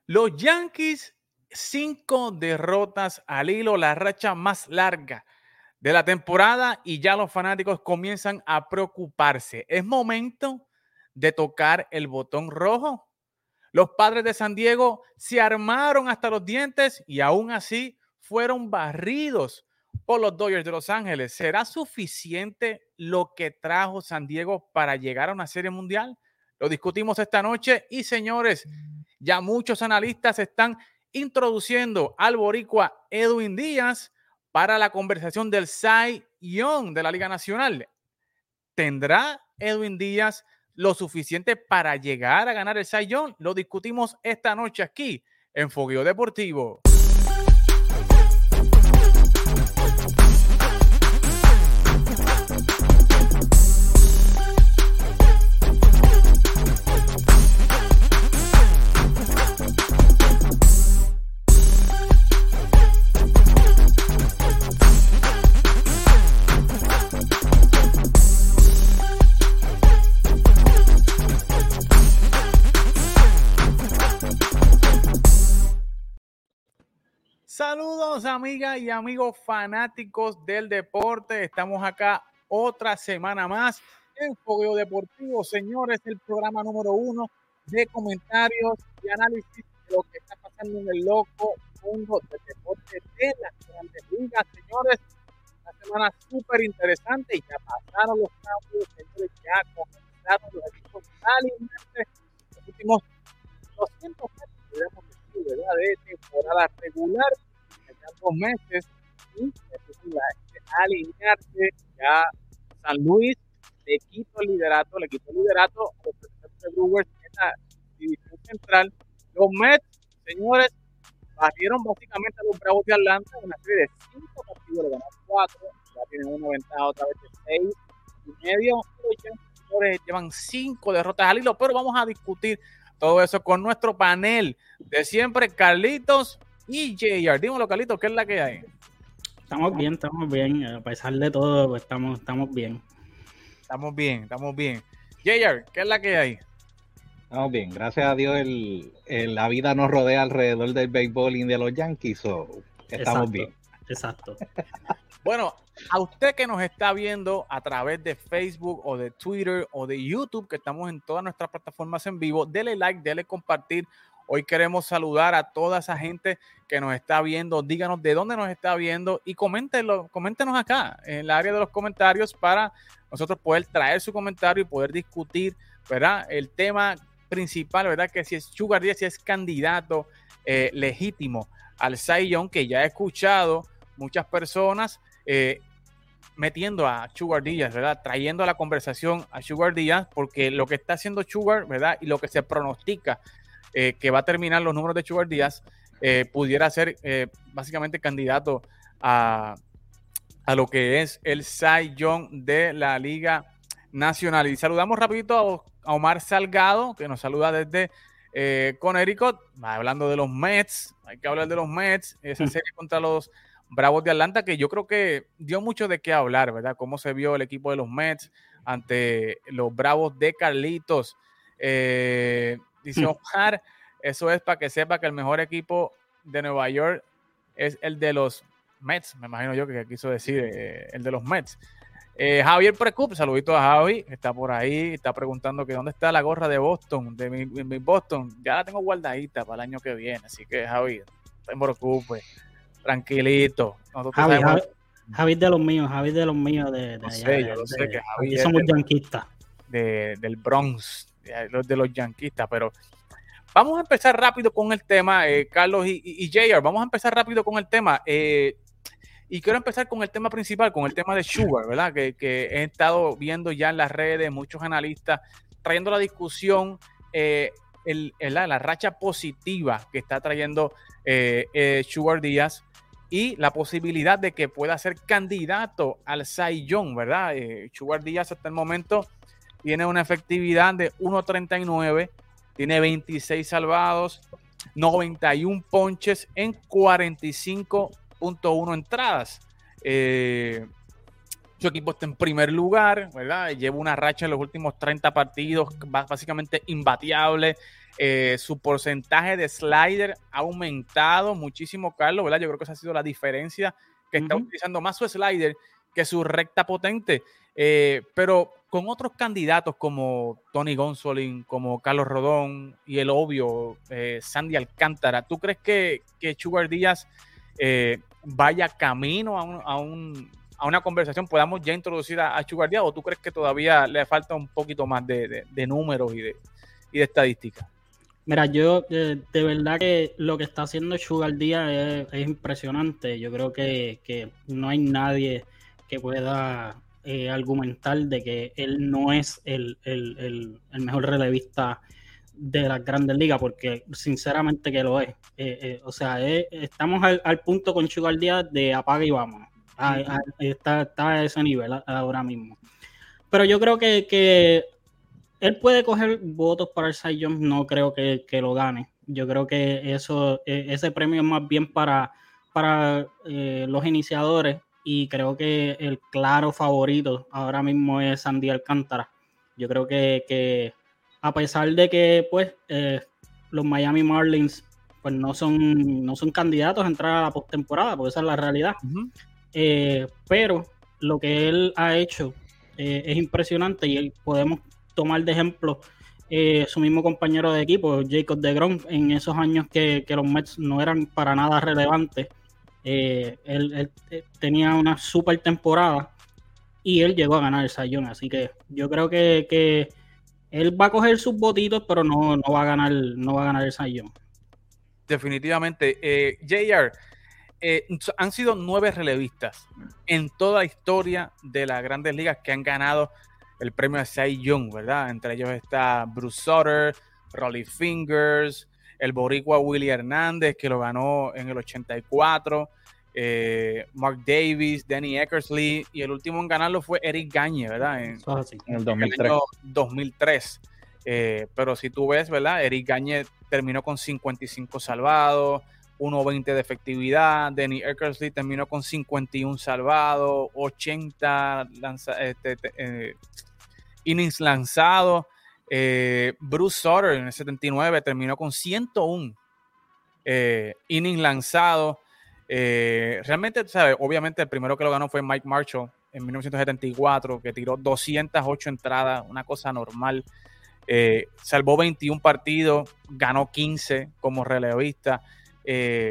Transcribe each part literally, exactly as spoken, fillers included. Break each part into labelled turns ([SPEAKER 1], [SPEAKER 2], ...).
[SPEAKER 1] Los Yankees, cinco derrotas al hilo, la racha más larga de la temporada, y ya los fanáticos comienzan a preocuparse. ¿Es momento de tocar el botón rojo? Los Padres de San Diego se armaron hasta los dientes y aún así fueron barridos por los Dodgers de Los Ángeles. ¿Será suficiente lo que trajo San Diego para llegar a una serie mundial? Lo discutimos esta noche y, señores, ya muchos analistas están introduciendo al boricua Edwin Díaz para la conversación del Cy Young de la Liga Nacional. ¿Tendrá Edwin Díaz lo suficiente para llegar a ganar el Cy Young? Lo discutimos esta noche aquí en Fogueo Deportivo. Saludos, amigas y amigos fanáticos del deporte. Estamos acá otra semana más en Fogueo Deportivo, señores, el programa número uno de comentarios y análisis de lo que está pasando en el loco mundo del deporte de las grandes ligas. Señores, una semana súper interesante y ya pasaron los cambios, señores, ya comenzaron los equipos alineantes. Los últimos doscientos meses, podríamos decir, ¿verdad?, de temporada regular, dos meses, y empiezan a alinearse. Ya San Luis le quitó el liderato, le quitó el liderato a los representantes de Brewers en la división central. Los Mets, señores, barrieron básicamente a los Bravos de Atlanta en una serie de cinco partidos, le ganaron cuatro, ya tienen una ventaja otra vez de seis y medio. Los señores llevan cinco derrotas al hilo, pero vamos a discutir todo eso con nuestro panel de siempre, Carlitos y J R. Dímelo, Carlitos, ¿qué es la que hay?
[SPEAKER 2] Estamos bien, estamos bien. A pesar de todo, pues estamos, estamos bien.
[SPEAKER 1] Estamos bien, estamos bien. J R, ¿qué es la que hay?
[SPEAKER 3] Estamos bien. Gracias a Dios el, el, la vida nos rodea alrededor del béisbol y de los Yankees. So, estamos
[SPEAKER 2] exacto,
[SPEAKER 3] bien.
[SPEAKER 2] Exacto.
[SPEAKER 1] Bueno, a usted que nos está viendo a través de Facebook o de Twitter o de YouTube, que estamos en todas nuestras plataformas en vivo, dele like, dele compartir. Hoy queremos saludar a toda esa gente que nos está viendo. Díganos de dónde nos está viendo y coméntenlo, coméntenos acá en el área de los comentarios para nosotros poder traer su comentario y poder discutir, ¿verdad?, el tema principal, ¿verdad?, que si es Sugar Díaz, si es candidato eh, legítimo al Cy Young, que ya he escuchado muchas personas eh, metiendo a Sugar Díaz, ¿verdad?, trayendo a la conversación a Sugar Díaz, porque lo que está haciendo Sugar, ¿verdad?, y lo que se pronostica Eh, que va a terminar los números de Sugar Díaz, eh, pudiera ser eh, básicamente candidato a, a lo que es el Cy Young de la Liga Nacional. Y saludamos rapidito a, a Omar Salgado, que nos saluda desde eh, Connecticut, hablando de los Mets. Hay que hablar de los Mets, esa serie contra los Bravos de Atlanta, que yo creo que dio mucho de qué hablar, ¿verdad? Cómo se vio el equipo de los Mets ante los Bravos de Carlitos. Eh, Dice Omar, eso es para que sepa que el mejor equipo de Nueva York es el de los Mets. Me imagino yo que quiso decir eh, el de los Mets. Eh, Javier Precup, saludito a Javi, está por ahí, está preguntando que dónde está la gorra de Boston, de mi, mi Boston. Ya la tengo guardadita para el año que viene, así que Javi, no te preocupes, tranquilito.
[SPEAKER 2] Javi, Javi, Javi de los míos, Javi de los míos. De, de
[SPEAKER 1] no
[SPEAKER 2] allá,
[SPEAKER 1] sé, yo
[SPEAKER 2] de,
[SPEAKER 1] lo
[SPEAKER 2] de,
[SPEAKER 1] sé que Javi
[SPEAKER 2] aquí somos
[SPEAKER 1] de,
[SPEAKER 2] yanquistas.
[SPEAKER 1] De, del Bronx, de, de los yanquistas, pero vamos a empezar rápido con el tema, eh, Carlos y, y, y J R. Vamos a empezar rápido con el tema. Eh, y quiero empezar con el tema principal, con el tema de Sugar, ¿verdad? Que, que he estado viendo ya en las redes, muchos analistas trayendo la discusión, eh, el, el, la, la racha positiva que está trayendo eh, eh, Sugar Díaz y la posibilidad de que pueda ser candidato al Cy Young, ¿verdad? Eh, Sugar Díaz hasta el momento tiene una efectividad de uno treinta y nueve, tiene veintiséis salvados, noventa y uno ponches en cuarenta y cinco punto uno entradas. Eh, Su equipo está en primer lugar, ¿verdad? Lleva una racha en los últimos treinta partidos, básicamente imbateable. Eh, su porcentaje de slider ha aumentado muchísimo, Carlos, ¿verdad? Yo creo que esa ha sido la diferencia, que está uh-huh. utilizando más su slider que su recta potente. Eh, pero con otros candidatos como Tony Gonsolin, como Carlos Rodón y el obvio eh, Sandy Alcántara, ¿tú crees que, que Sugar Díaz eh, vaya camino a un... A un a una conversación, podamos ya introducir a, a Sugar Díaz, o tú crees que todavía le falta un poquito más de, de, de números y de, y de estadísticas?
[SPEAKER 2] Mira, yo eh, de verdad que lo que está haciendo Sugar Díaz es, es impresionante. Yo creo que, que no hay nadie que pueda eh, argumentar de que él no es el, el, el, el mejor relevista de las Grandes Ligas, porque sinceramente que lo es. Eh, eh, o sea, eh, estamos al, al punto con Sugar Díaz de apaga y vámonos. Ah, ah, está, está a ese nivel ahora mismo. Pero yo creo que, que él puede coger votos para el Cy Young, no creo que, que lo gane. Yo creo que eso, ese premio es más bien para, para eh, los iniciadores, y creo que el claro favorito ahora mismo es Sandy Alcántara. Yo creo que, que a pesar de que pues eh, los Miami Marlins pues no son, no son candidatos a entrar a la postemporada, porque esa es la realidad. Uh-huh. Eh, pero lo que él ha hecho eh, es impresionante, y podemos tomar de ejemplo eh, su mismo compañero de equipo, Jacob deGrom, en esos años que, que los Mets no eran para nada relevantes. Eh, él, él, él tenía una super temporada y él llegó a ganar el Cy Young, así que yo creo que, que él va a coger sus votitos, pero no, no va a ganar, no va a ganar el Cy Young.
[SPEAKER 1] Definitivamente. eh, J R, Eh, han sido nueve relevistas en toda la historia de las Grandes Ligas que han ganado el premio de Cy Young, ¿verdad? Entre ellos está Bruce Sutter, Rollie Fingers, el boricua Willie Hernández, que lo ganó en el ochenta y cuatro, eh, Mark Davis, Danny Eckersley, y el último en ganarlo fue Eric Gagne, ¿verdad? En,
[SPEAKER 3] oh, sí. en el dos mil tres.
[SPEAKER 1] En el año dos mil tres. Eh, pero si tú ves, ¿verdad? Eric Gagne terminó con cincuenta y cinco salvados, uno veinte de efectividad. Danny Eckersley terminó con cincuenta y uno salvados, ochenta lanza, este, eh, innings lanzados. Eh, Bruce Sutter en el setenta y nueve terminó con ciento uno eh, innings lanzados. Eh, realmente, ¿sabes? Obviamente el primero que lo ganó fue Mike Marshall en mil novecientos setenta y cuatro, que tiró doscientas ocho entradas, una cosa normal. Eh, salvó veintiún partidos, ganó quince como relevista. Eh,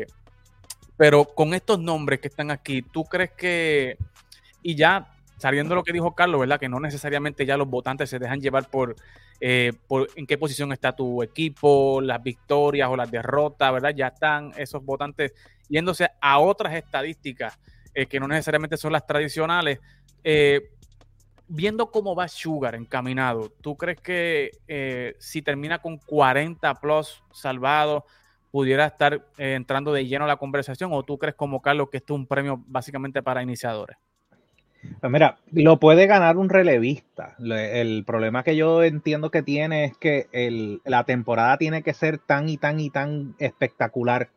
[SPEAKER 1] pero con estos nombres que están aquí, ¿tú crees que, y ya sabiendo lo que dijo Carlos, ¿verdad? Que no necesariamente ya los votantes se dejan llevar por, eh, por en qué posición está tu equipo, las victorias o las derrotas, ¿verdad? Ya están esos votantes yéndose a otras estadísticas eh, que no necesariamente son las tradicionales. Eh, viendo cómo va Sugar encaminado, ¿tú crees que eh, si termina con cuarenta plus salvados, pudiera estar eh, entrando de lleno a la conversación, o tú crees como Carlos que esto es un premio básicamente para iniciadores?
[SPEAKER 3] Pues mira, lo puede ganar un relevista. El problema que yo entiendo que tiene es que el, la temporada tiene que ser tan y tan y tan espectacular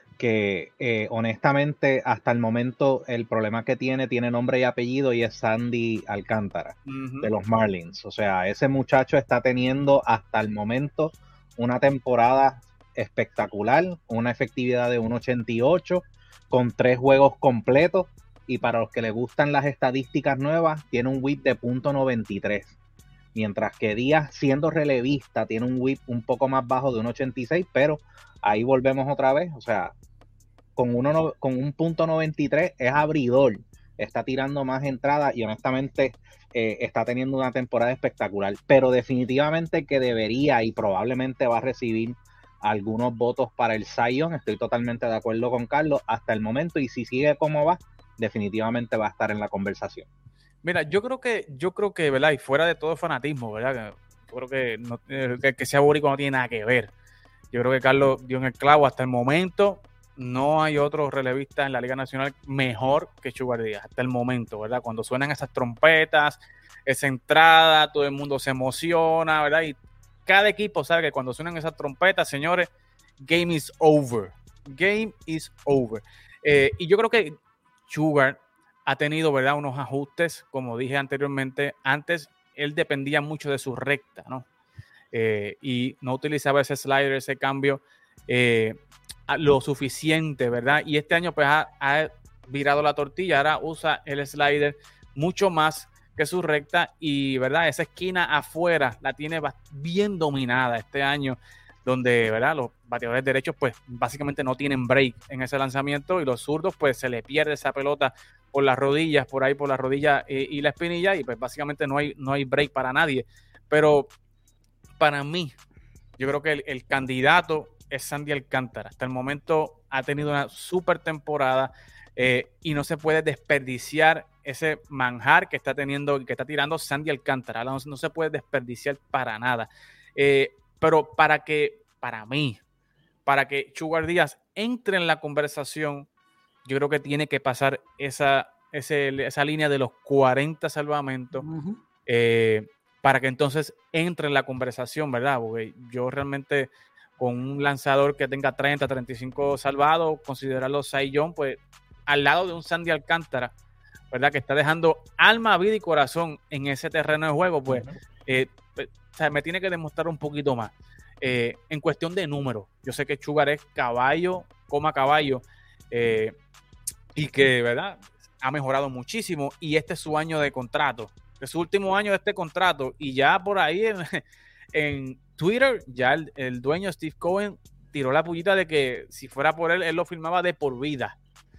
[SPEAKER 3] que eh, honestamente hasta el momento el problema que tiene tiene nombre y apellido, y es Sandy Alcántara, uh-huh. de los Marlins. O sea, ese muchacho está teniendo hasta el momento una temporada espectacular, una efectividad de uno ochenta y ocho con tres juegos completos, y para los que les gustan las estadísticas nuevas tiene un whip de punto noventa y tres, mientras que Díaz, siendo relevista, tiene un whip un poco más bajo de uno ochenta y seis, pero ahí volvemos otra vez, o sea, con, uno, con un punto noventa y tres es abridor, está tirando más entradas y honestamente eh, está teniendo una temporada espectacular, pero definitivamente que debería y probablemente va a recibir algunos votos para el Cy Young. Estoy totalmente de acuerdo con Carlos hasta el momento, y si sigue como va, definitivamente va a estar en la conversación.
[SPEAKER 1] Mira, yo creo que, yo creo que, ¿verdad? Y fuera de todo fanatismo, ¿verdad? Yo creo que, no, que, que sea boricua no tiene nada que ver. Yo creo que Carlos dio en el clavo. Hasta el momento no hay otro relevista en la Liga Nacional mejor que Sugar Díaz, hasta el momento, ¿verdad? Cuando suenan esas trompetas, esa entrada, todo el mundo se emociona, ¿verdad? Y cada equipo sabe que cuando suenan esas trompetas, señores, game is over. Game is over. Eh, y yo creo que Sugar ha tenido, ¿verdad?, unos ajustes, como dije anteriormente. Antes él dependía mucho de su recta, ¿no? Eh, y no utilizaba ese slider, ese cambio eh, lo suficiente, ¿verdad? Y este año pues ha, ha virado la tortilla, ahora usa el slider mucho más que su recta y, ¿verdad?, esa esquina afuera la tiene bien dominada este año, donde, ¿verdad?, los bateadores derechos pues básicamente no tienen break en ese lanzamiento y los zurdos pues se le pierde esa pelota por las rodillas, por ahí por las rodillas eh, y la espinilla y pues básicamente no hay, no hay break para nadie. Pero para mí, yo creo que el, el candidato es Sandy Alcántara. Hasta el momento ha tenido una super temporada eh, y no se puede desperdiciar ese manjar que está teniendo, que está tirando Sandy Alcántara. No, no se puede desperdiciar para nada. Eh, pero para que, para mí, para que Sugar Díaz entre en la conversación, yo creo que tiene que pasar esa, ese, esa línea de los cuarenta salvamentos. Uh-huh. Eh, para que entonces entre en la conversación, ¿verdad? Porque yo realmente con un lanzador que tenga treinta, treinta y cinco salvados, considerarlo Cy Young, pues al lado de un Sandy Alcántara, ¿verdad?, que está dejando alma, vida y corazón en ese terreno de juego, pues eh, o sea, me tiene que demostrar un poquito más. Eh, en cuestión de números, yo sé que Sugar es caballo, coma caballo, eh, y que, ¿verdad?, ha mejorado muchísimo y este es su año de contrato. Es su último año de este contrato y ya por ahí en, en Twitter ya el, el dueño Steve Cohen tiró la pullita de que si fuera por él, él lo firmaba de por vida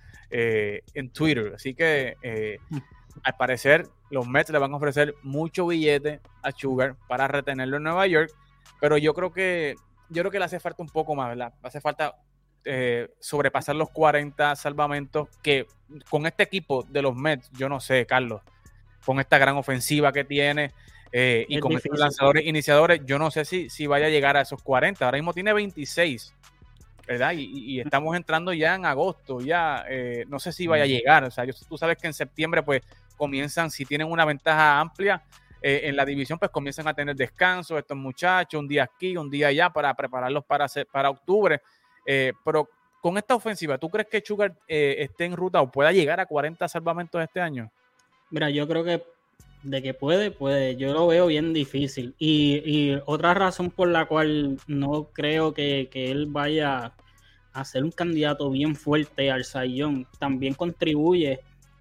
[SPEAKER 1] eh, en Twitter. Así que eh, al parecer los Mets le van a ofrecer mucho billete a Sugar para retenerlo en Nueva York, pero yo creo que yo creo que le hace falta un poco más, ¿verdad? Hace falta eh, sobrepasar los cuarenta salvamentos que con este equipo de los Mets, yo no sé, Carlos, con esta gran ofensiva que tiene eh, y es con difícil. Estos lanzadores iniciadores, yo no sé si, si vaya a llegar a esos cuarenta. Ahora mismo tiene veintiséis, ¿verdad? Y, y estamos entrando ya en agosto, ya eh, no sé si vaya a llegar. O sea, yo, tú sabes que en septiembre pues comienzan, si tienen una ventaja amplia eh, en la división, pues comienzan a tener descanso estos muchachos, un día aquí, un día allá, para prepararlos para, hacer, para octubre. Eh, pero con esta ofensiva, ¿tú crees que Sugar eh, esté en ruta o pueda llegar a cuarenta salvamentos este año?
[SPEAKER 2] Mira, yo creo que de que puede, puede. Yo lo veo bien difícil. Y, y otra razón por la cual no creo que, que él vaya a ser un candidato bien fuerte al Cy Young, también contribuye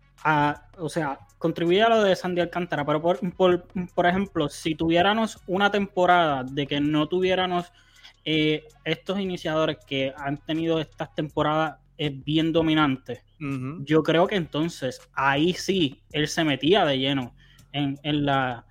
[SPEAKER 2] a, o sea, contribuye a lo de Sandy Alcántara. Pero por, por, por ejemplo, si tuviéramos una temporada de que no tuviéramos eh, estos iniciadores que han tenido estas temporadas es bien dominante. Uh-huh. Yo creo que entonces ahí sí él se metía de lleno en, en, la,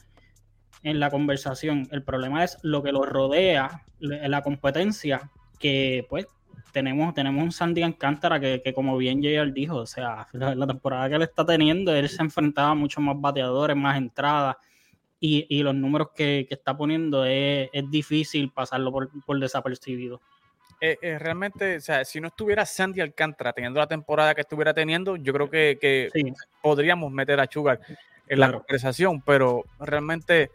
[SPEAKER 2] en la conversación. El problema es lo que lo rodea, la competencia, que pues tenemos, tenemos un Sandy Alcántara que, que como bien J R dijo, o sea, la, la temporada que él está teniendo, él se enfrentaba a muchos más bateadores, más entradas, y, y los números que, que está poniendo es, es difícil pasarlo por, por desapercibido.
[SPEAKER 1] Eh, eh, realmente, o sea, si no estuviera Sandy Alcántara teniendo la temporada que estuviera teniendo, yo creo que, que sí. podríamos meter a Sugar en claro. la conversación, pero realmente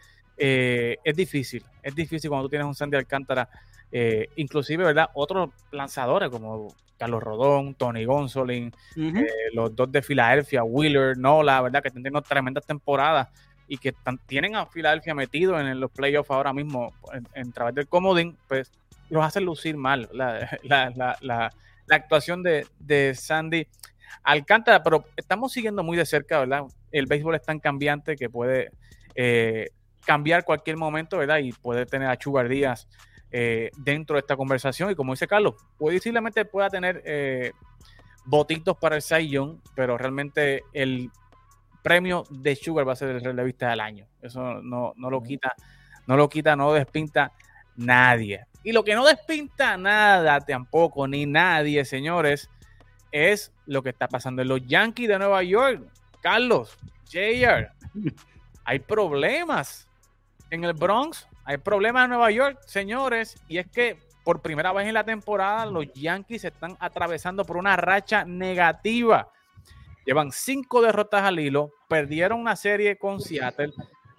[SPEAKER 1] eh, es difícil, es difícil cuando tú tienes un Sandy Alcántara, eh, inclusive, ¿verdad? Otros lanzadores como Carlos Rodón, Tony Gonsolin, uh-huh. eh, los dos de Filadelfia, Wheeler, Nola, ¿verdad? Que están teniendo tremendas temporadas y que están, tienen a Filadelfia metido en los playoffs ahora mismo en, en través del comodín, pues los hacen lucir mal la, la, la, la, la actuación de, de Sandy Alcántara, pero estamos siguiendo muy de cerca, ¿verdad? El béisbol es tan cambiante que puede eh, cambiar cualquier momento, ¿verdad? Y puede tener a Sugar Díaz eh, dentro de esta conversación y como dice Carlos, posiblemente pueda tener eh, votitos para el Cy Young, pero realmente el premio de Sugar va a ser el relevista del año. Eso no, no lo quita, no lo quita, no lo despinta nadie. Y lo que no despinta nada tampoco, ni nadie, señores, es lo que está pasando en los Yankees de Nueva York. Carlos, J R, hay problemas en el Bronx, hay problemas en Nueva York, señores, y es que por primera vez en la temporada los Yankees están atravesando por una racha negativa. Llevan cinco derrotas al hilo, perdieron una serie con Seattle,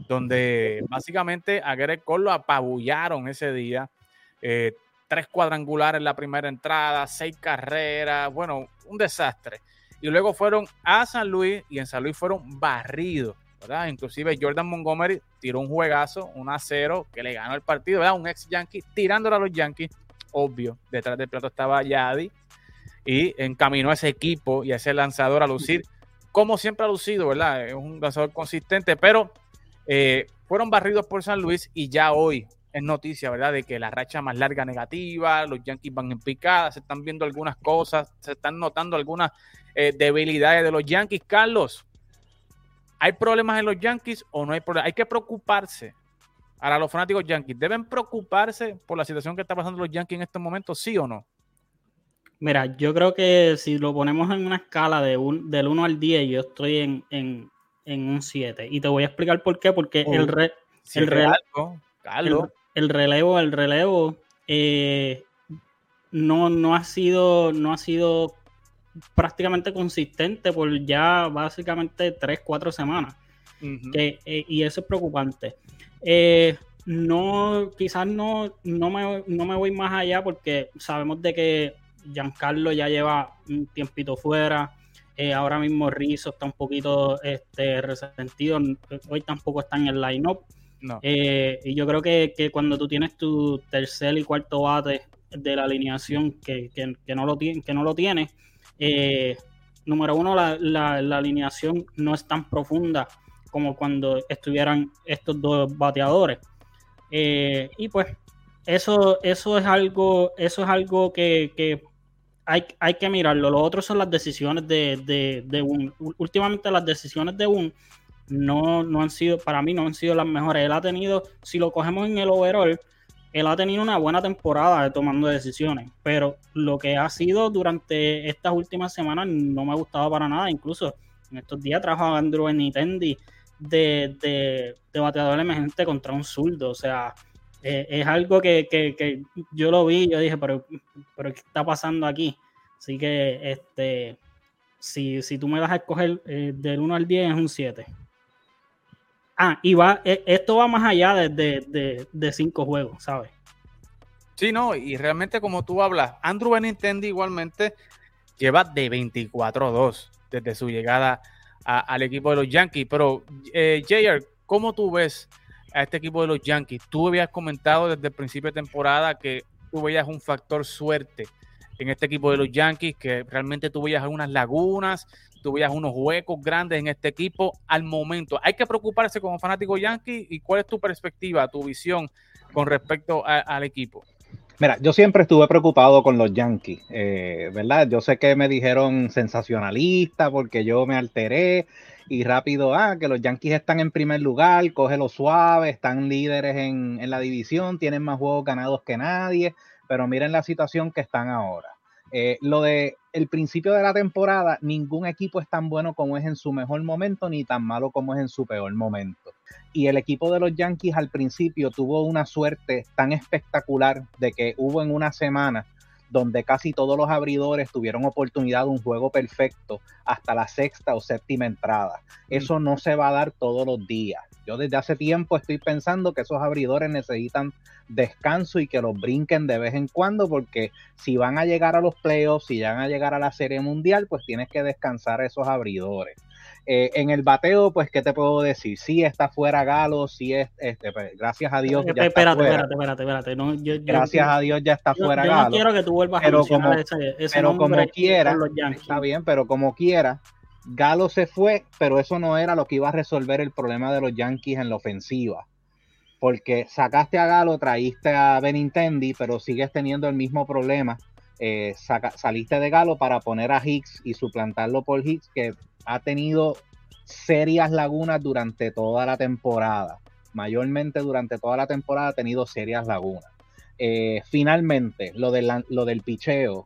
[SPEAKER 1] donde básicamente a Gerrit Cole lo apabullaron ese día. Eh, tres cuadrangulares en la primera entrada, seis carreras, bueno, un desastre. y luego fueron a San Luis y en San Luis fueron barridos, ¿verdad? Inclusive Jordan Montgomery tiró un juegazo, un a cero, que le ganó el partido, ¿verdad? Un ex Yankee tirándole a los Yankees, obvio, detrás del plato estaba Yadi y encaminó a ese equipo y a ese lanzador a lucir, como siempre ha lucido, ¿verdad? Es un lanzador consistente, pero eh, fueron barridos por San Luis y ya hoy es noticia, ¿verdad? De que la racha más larga negativa, los Yankees van en picada, se están viendo algunas cosas, se están notando algunas eh, debilidades de los Yankees. Carlos, ¿hay problemas en los Yankees o no hay problemas? Hay que preocuparse. Ahora, los fanáticos Yankees, ¿deben preocuparse por la situación que está pasando los Yankees en estos momentos, sí o no?
[SPEAKER 2] Mira, yo creo que si lo ponemos en una escala de un, del uno al diez, yo estoy en, en, en un siete. Y te voy a explicar por qué, porque oh, el, re, el, re,
[SPEAKER 1] algo, Carlos.
[SPEAKER 2] el, el relevo, el relevo eh, no, no ha sido, no ha sido prácticamente consistente por ya básicamente tres, cuatro semanas. Uh-huh. que, eh, y eso es preocupante. Eh, no, quizás no, no, me, no me voy más allá porque sabemos de que Giancarlo ya lleva un tiempito fuera. Eh, ahora mismo Rizzo está un poquito este, resentido. Hoy tampoco está en el line-up.
[SPEAKER 1] No.
[SPEAKER 2] Eh, y yo creo que, que cuando tú tienes tu tercer y cuarto bate de la alineación que, que, que no lo tiene, que no lo tiene eh, número uno, la, la, la alineación no es tan profunda como cuando estuvieran estos dos bateadores. Eh, y pues eso, eso es algo, eso es algo que, que hay, hay que mirarlo. Lo otro son las decisiones de, de, de Boone. Últimamente las decisiones de Boone no, no han sido, para mí no han sido las mejores. Él ha tenido, si lo cogemos en el overall, él ha tenido una buena temporada de tomando decisiones, pero lo que ha sido durante estas últimas semanas no me ha gustado para nada. Incluso en estos días trajo a Andrew Benintendi de, de, de bateador emergente contra un zurdo. O sea, eh, es algo que, que, que yo lo vi y yo dije, pero, pero ¿qué está pasando aquí? Así que este, si, si tú me vas a escoger eh, del uno al diez es un siete. Ah, y va, esto va más allá de, de, de, de cinco juegos, ¿sabes?
[SPEAKER 1] Sí, no, y realmente como tú hablas, Andrew Benintendi igualmente lleva de veinticuatro a dos desde su llegada a, al equipo de los Yankees. Pero, eh, J R, ¿cómo tú ves a este equipo de los Yankees? Tú habías comentado desde el principio de temporada que tú veías un factor suerte en este equipo de los Yankees, que realmente tú veías unas lagunas, tú veías unos huecos grandes en este equipo. Al momento, ¿hay que preocuparse como fanático Yankee? ¿Y cuál es tu perspectiva, tu visión con respecto a, al equipo?
[SPEAKER 3] Mira, yo siempre estuve preocupado con los Yankees, eh, ¿verdad? Yo sé que me dijeron sensacionalista porque yo me alteré y rápido, ah, que los Yankees están en primer lugar, cógelo suave, están líderes en, en la división, tienen más juegos ganados que nadie, pero miren la situación que están ahora. Eh, lo de el principio de la temporada, ningún equipo es tan bueno como es en su mejor momento, ni tan malo como es en su peor momento. Y el equipo de los Yankees al principio tuvo una suerte tan espectacular de que hubo en una semana donde casi todos los abridores tuvieron oportunidad de un juego perfecto hasta la sexta o séptima entrada. Eso no se va a dar todos los días. Yo desde hace tiempo estoy pensando que esos abridores necesitan descanso y que los brinquen de vez en cuando, porque si van a llegar a los playoffs, si van a llegar a la Serie Mundial, pues tienes que descansar a esos abridores. Eh, en el bateo, pues, ¿qué te puedo decir? Sí está fuera Galo, sí es, este, pues, gracias a Dios ya
[SPEAKER 2] espérate,
[SPEAKER 3] está fuera.
[SPEAKER 2] Espérate, espérate, espérate. No, yo, yo,
[SPEAKER 3] gracias
[SPEAKER 2] yo,
[SPEAKER 3] a Dios ya está
[SPEAKER 2] yo,
[SPEAKER 3] fuera
[SPEAKER 2] yo
[SPEAKER 3] Galo.
[SPEAKER 2] No quiero que tú vuelvas
[SPEAKER 3] pero
[SPEAKER 2] a mencionar
[SPEAKER 3] como,
[SPEAKER 2] ese, ese
[SPEAKER 3] pero como quiera,
[SPEAKER 2] los Yankees.
[SPEAKER 3] Está bien, pero como quiera, Galo se fue, pero eso no era lo que iba a resolver el problema de los Yankees en la ofensiva. Porque sacaste a Galo, traíste a Benintendi, pero sigues teniendo el mismo problema. Eh, saca, saliste de Galo para poner a Hicks y suplantarlo por Hicks, que ha tenido serias lagunas durante toda la temporada. Mayormente durante toda la temporada ha tenido serias lagunas. Eh, finalmente, lo, de la, lo del picheo.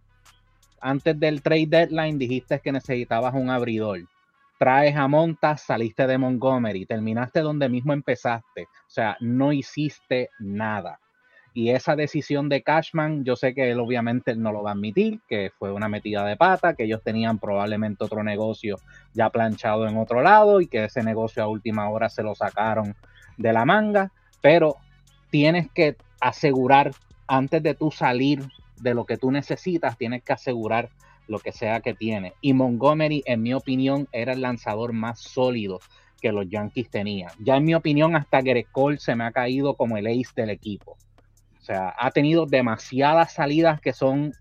[SPEAKER 3] Antes del trade deadline dijiste que necesitabas un abridor. Traes a Montas, saliste de Montgomery, terminaste donde mismo empezaste. O sea, no hiciste nada. Y esa decisión de Cashman, yo sé que él obviamente no lo va a admitir, que fue una metida de pata, que ellos tenían probablemente otro negocio ya planchado en otro lado y que ese negocio a última hora se lo sacaron de la manga, pero tienes que asegurar, antes de tú salir de lo que tú necesitas, tienes que asegurar lo que sea que tiene. Y Montgomery, en mi opinión, era el lanzador más sólido que los Yankees tenían. Ya en mi opinión, hasta Gerrit Cole se me ha caído como el ace del equipo. O sea, ha tenido demasiadas salidas que son...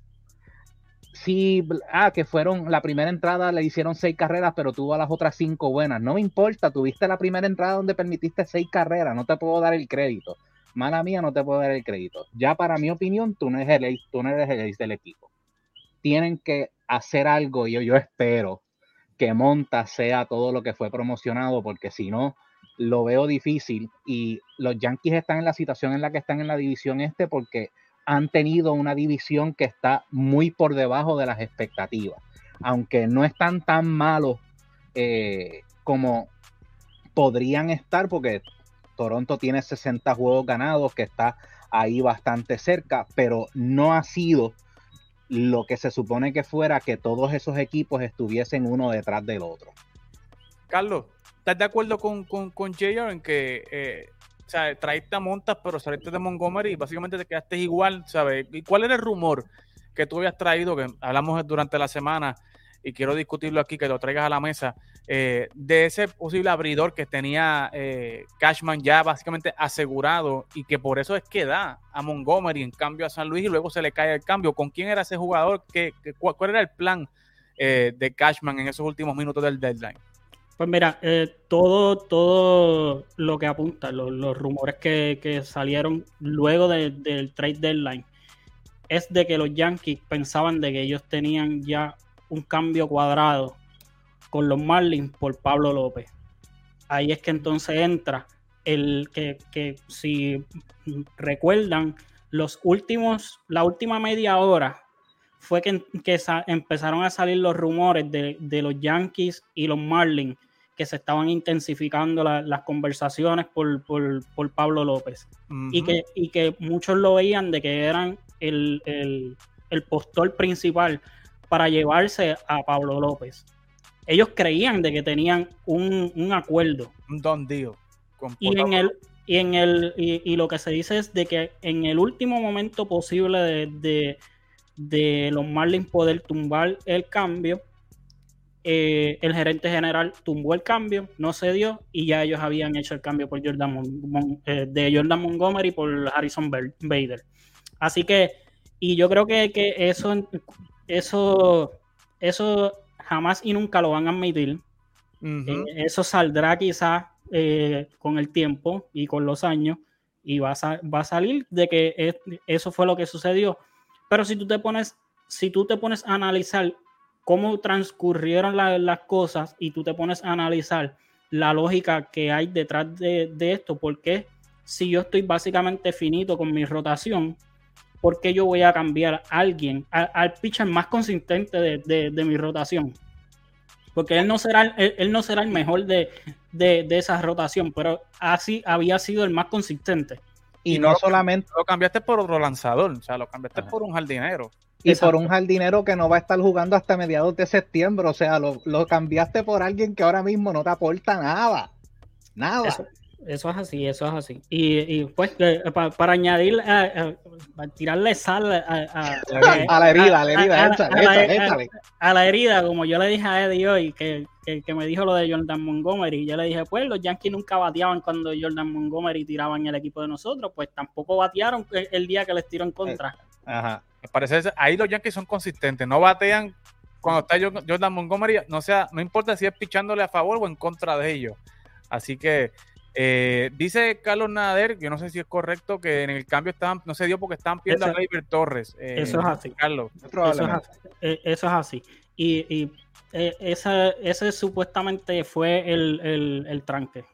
[SPEAKER 3] Sí, ah, que fueron, la primera entrada le hicieron seis carreras, pero tuvo las otras cinco buenas. No me importa, tuviste la primera entrada donde permitiste seis carreras, no te puedo dar el crédito. Mala mía, no te puedo dar el crédito. Ya para mi opinión, tú no eres el ace, tú no eres el ace del equipo. Tienen que hacer algo y yo, yo espero que Monta sea todo lo que fue promocionado, porque si no, lo veo difícil. Y los Yankees están en la situación en la que están en la división este porque han tenido una división que está muy por debajo de las expectativas. Aunque no están tan malos eh, como podrían estar, porque Toronto tiene sesenta juegos ganados, que está ahí bastante cerca, pero no ha sido lo que se supone que fuera que todos esos equipos estuviesen uno detrás del otro.
[SPEAKER 1] Carlos, ¿estás de acuerdo con, con, con J R en que eh, o sea, traíste a Montas, pero saliste de Montgomery y básicamente te quedaste igual, ¿sabes? ¿Y cuál era el rumor que tú habías traído, que hablamos durante la semana, y quiero discutirlo aquí, que lo traigas a la mesa, eh, de ese posible abridor que tenía eh, Cashman ya básicamente asegurado y que por eso es que da a Montgomery en cambio a San Luis y luego se le cae el cambio? ¿Con quién era ese jugador? ¿Qué, qué, cuál, ¿Cuál era el plan eh, de Cashman en esos últimos minutos del deadline?
[SPEAKER 2] Pues mira, eh, todo, todo lo que apunta, los, los rumores que, que salieron luego de, del trade deadline, es de que los Yankees pensaban de que ellos tenían ya un cambio cuadrado con los Marlins por Pablo López. Ahí es que entonces entra el que, que si recuerdan, los últimos, la última media hora fue que, que sa- empezaron a salir los rumores de, de los Yankees y los Marlins, que se estaban intensificando la, las conversaciones por, por, por Pablo López. Uh-huh. y, que, y que muchos lo veían de que eran el, el, el postor principal para llevarse a Pablo López. Ellos creían de que tenían un, un acuerdo.
[SPEAKER 1] Un don deal.
[SPEAKER 2] Y en el y en el y, y lo que se dice es de que en el último momento posible de, de, de los Marlins poder tumbar el cambio, eh, el gerente general tumbó el cambio, no se dio y ya ellos habían hecho el cambio por Jordan Mon, Mon, eh, de Jordan Montgomery por Harrison Bader. Así que, y yo creo que, que eso eso eso jamás y nunca lo van a admitir. Uh-huh. Eh, eso saldrá quizás eh, con el tiempo y con los años y va a, va a salir de que es, eso fue lo que sucedió. Pero si tú te pones, si tú te pones a analizar cómo transcurrieron la, las cosas y tú te pones a analizar la lógica que hay detrás de, de esto, porque si yo estoy básicamente finito con mi rotación, ¿por qué yo voy a cambiar a alguien, a, al pitcher más consistente de, de, de mi rotación? Porque él no será, él, él no será el mejor de, de, de esa rotación, pero así había sido el más consistente.
[SPEAKER 1] Y, y no, no solamente lo cambiaste por otro lanzador, o sea, lo cambiaste Ajá. por un jardinero.
[SPEAKER 3] Y Exacto. por un jardinero que no va a estar jugando hasta mediados de septiembre, o sea, lo, lo cambiaste por alguien que ahora mismo no te aporta nada. Nada.
[SPEAKER 2] Eso, eso es así, eso es así. Y, y pues, eh, para, para añadir, eh, eh, para tirarle sal a, a,
[SPEAKER 3] a la herida, a la herida,
[SPEAKER 2] a,
[SPEAKER 3] échale,
[SPEAKER 2] a,
[SPEAKER 3] échale,
[SPEAKER 2] a,
[SPEAKER 3] échale.
[SPEAKER 2] A, a la herida, como yo le dije a Eddie hoy, que, que, que me dijo lo de Jordan Montgomery, yo le dije, pues los Yankees nunca bateaban cuando Jordan Montgomery tiraban el equipo de nosotros, pues tampoco batearon el día que les tiró en contra.
[SPEAKER 1] Ajá. Me parece, ahí los Yankees son consistentes, no batean cuando está Jordan Montgomery, no sea, no importa si es pichándole a favor o en contra de ellos. Así que eh, dice Carlos Nader, yo no sé si es correcto, que en el cambio estaban, no se dio porque estaban pidiendo eso, a Gleyber Torres. Eh,
[SPEAKER 2] eso es así.
[SPEAKER 1] Carlos.
[SPEAKER 2] Eso es así. Eso es así. Y, y eh, ese, ese supuestamente fue el, el, el tranque.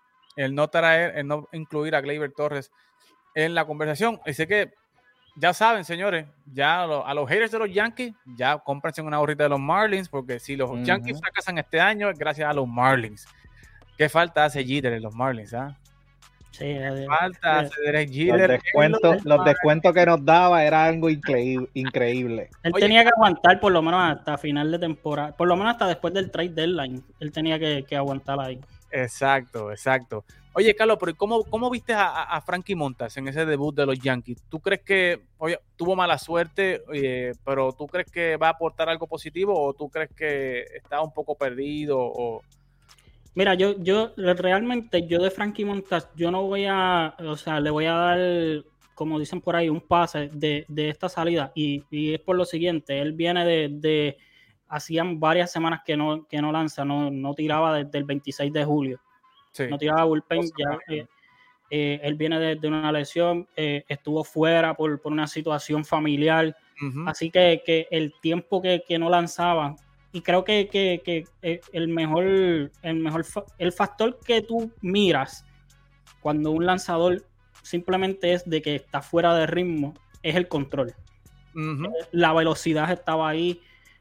[SPEAKER 1] El no traer, el no incluir a Gleyber Torres en la conversación. Así que ya saben, señores, ya a los, a los haters de los Yankees, ya cómprense una gorrita de los Marlins, porque si los uh-huh. Yankees fracasan este año es gracias a los Marlins. ¿Qué falta hace Jeter en los Marlins? ¿ah?
[SPEAKER 2] Sí, eh,
[SPEAKER 1] falta
[SPEAKER 2] eh,
[SPEAKER 1] hace Derek Jeter.
[SPEAKER 3] Los descuentos, los descuentos que nos daba era algo increíble. increíble.
[SPEAKER 2] Él Oye, tenía que aguantar por lo menos hasta final de temporada, por lo menos hasta después del trade deadline. Él tenía que, que aguantar ahí.
[SPEAKER 1] Exacto, exacto. Oye, Carlos, pero ¿cómo, cómo viste a, a Frankie Montas en ese debut de los Yankees? ¿Tú crees que oye, tuvo mala suerte, eh, pero tú crees que va a aportar algo positivo o tú crees que está un poco perdido? O...
[SPEAKER 2] Mira, yo, yo realmente, yo de Frankie Montas, yo no voy a, o sea, le voy a dar, como dicen por ahí, un pase de, de esta salida y, y es por lo siguiente, él viene de, de hacían varias semanas que no, que no lanza, no, no tiraba desde el veintiséis de julio. Sí. No tiraba bullpen, ya, eh, eh, él viene de, de una lesión, eh, estuvo fuera por, por una situación familiar, uh-huh. Así que, que el tiempo que, que no lanzaba, y creo que, que, que el mejor, el mejor, el factor que tú miras cuando un lanzador simplemente es de que está fuera de ritmo, es el control. Uh-huh. La velocidad estaba ahí,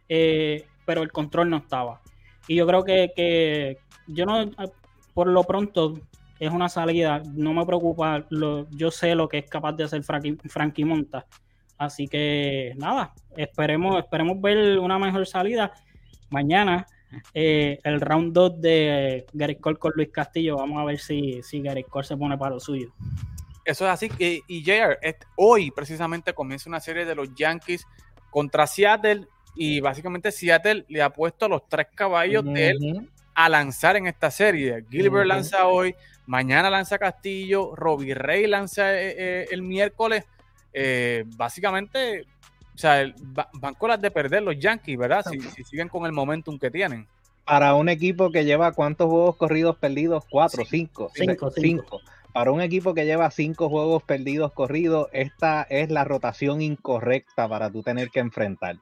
[SPEAKER 2] eh, pero el control no estaba. Y yo creo que, que yo no... Por lo pronto, es una salida, no me preocupa, lo, yo sé lo que es capaz de hacer Frankie, Frankie Montas. Así que nada, esperemos, esperemos ver una mejor salida. Mañana, eh, el round dos de Gerrit Cole con Luis Castillo, vamos a ver si, si Gerrit Cole se pone para lo suyo.
[SPEAKER 1] Eso es así, y, y J R, hoy precisamente comienza una serie de los Yankees contra Seattle, y básicamente Seattle le ha puesto los tres caballos uh-huh. de él a lanzar en esta serie. Gilbert uh-huh. lanza hoy, mañana lanza Castillo, Robbie Ray lanza eh, eh, el miércoles. Eh, básicamente, o sea, va, van con las de perder los Yankees, ¿verdad? Si, si siguen con el momentum que tienen.
[SPEAKER 3] Para un equipo que lleva ¿cuántos juegos corridos perdidos? Cuatro, cinco.
[SPEAKER 2] Cinco, cinco.
[SPEAKER 3] cinco. Para un equipo que lleva cinco juegos perdidos corridos, esta es la rotación incorrecta para tú tener que enfrentar.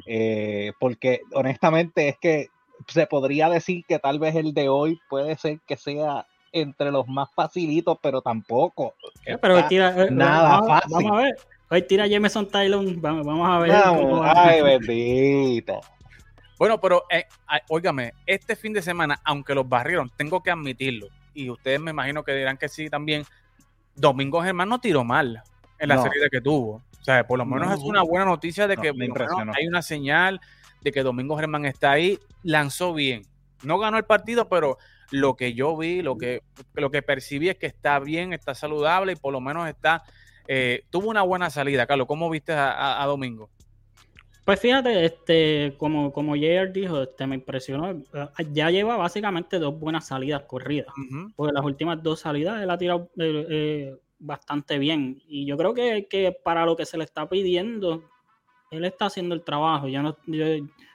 [SPEAKER 3] Eh, porque honestamente es que se podría decir que tal vez el de hoy puede ser que sea entre los más facilitos, pero tampoco.
[SPEAKER 2] Yeah, pero tira,
[SPEAKER 3] nada
[SPEAKER 2] vamos,
[SPEAKER 3] fácil.
[SPEAKER 2] Vamos a ver. Hoy tira Jameson Taillon. Vamos, vamos a ver.
[SPEAKER 3] Vamos, ay, bendito.
[SPEAKER 1] Bueno, pero eh, óigame, este fin de semana, aunque los barrieron, tengo que admitirlo, y ustedes me imagino que dirán que sí también, Domingo Germán no tiró mal en la no. serie que tuvo. O sea, por lo menos no, es una buena noticia de que no, bueno, hay una señal de que Domingo Germán está ahí, lanzó bien. No ganó el partido, pero lo que yo vi, lo que, lo que percibí es que está bien, está saludable y por lo menos está, eh, tuvo una buena salida. Carlos, ¿cómo viste a, a, a Domingo?
[SPEAKER 2] Pues fíjate, este, como, como J R dijo, este, me impresionó. Ya lleva básicamente dos buenas salidas corridas. Uh-huh. Porque las últimas dos salidas él ha tirado eh, eh, bastante bien. Y yo creo que, que para lo que se le está pidiendo, él está haciendo el trabajo. Yo no, yo,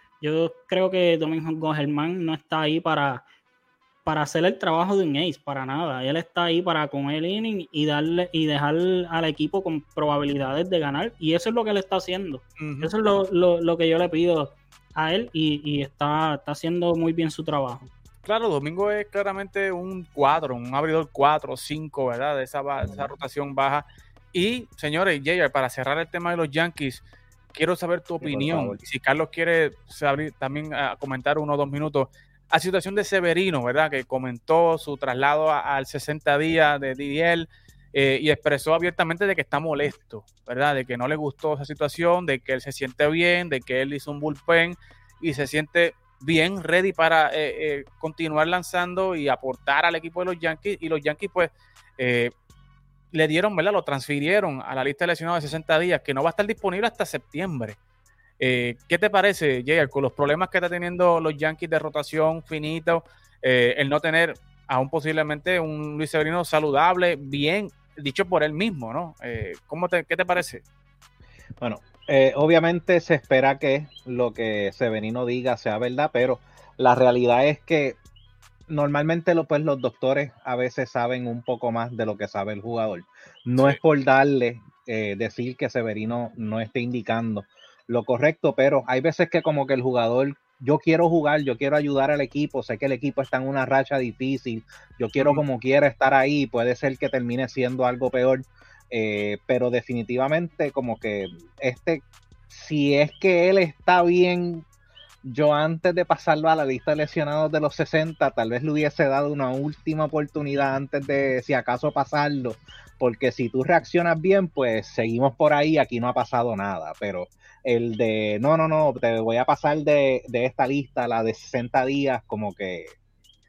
[SPEAKER 2] yo creo que Domingo Germán no está ahí para, para hacer el trabajo de un ace, para nada. Él está ahí para con el inning y darle y dejar al equipo con probabilidades de ganar. Y eso es lo que él está haciendo. Uh-huh. Eso es lo, lo, lo que yo le pido a él y, y está, está haciendo muy bien su trabajo.
[SPEAKER 1] Claro, Domingo es claramente un cuatro, un abridor cuatro, cinco, ¿verdad? De esa, uh-huh. esa rotación baja. Y, señores, J R, para cerrar el tema de los Yankees, quiero saber tu opinión. Sí, si Carlos quiere saber, también a comentar uno o dos minutos, a situación de Severino, ¿verdad? Que comentó su traslado a, al sesenta días de D L eh, y expresó abiertamente de que está molesto, ¿verdad? De que no le gustó esa situación, de que él se siente bien, de que él hizo un bullpen y se siente bien, ready para eh, eh, continuar lanzando y aportar al equipo de los Yankees. Y los Yankees, pues, eh, le dieron, ¿verdad? Lo transfirieron a la lista de lesionados de sesenta días, que no va a estar disponible hasta septiembre. Eh, ¿Qué te parece, J R, con los problemas que está teniendo los Yankees de rotación finito, eh, el no tener aún posiblemente un Luis Severino saludable, bien dicho por él mismo, ¿no? Eh, ¿cómo te, ¿Qué te parece?
[SPEAKER 3] Bueno, eh, obviamente se espera que lo que Severino diga sea verdad, pero la realidad es que normalmente lo, pues, los doctores a veces saben un poco más de lo que sabe el jugador. No sí. es por darle, eh, decir que Severino no esté indicando lo correcto, pero hay veces que como que el jugador, yo quiero jugar, yo quiero ayudar al equipo, sé que el equipo está en una racha difícil, yo quiero uh-huh. como quiera estar ahí, puede ser que termine siendo algo peor, eh, pero definitivamente como que este, si es que él está bien, yo antes de pasarlo a la lista de lesionados de los sesenta, tal vez le hubiese dado una última oportunidad antes de, si acaso, pasarlo, porque si tú reaccionas bien, pues seguimos por ahí, aquí no ha pasado nada, pero el de, no, no, no, te voy a pasar de, de esta lista, la de sesenta días, como que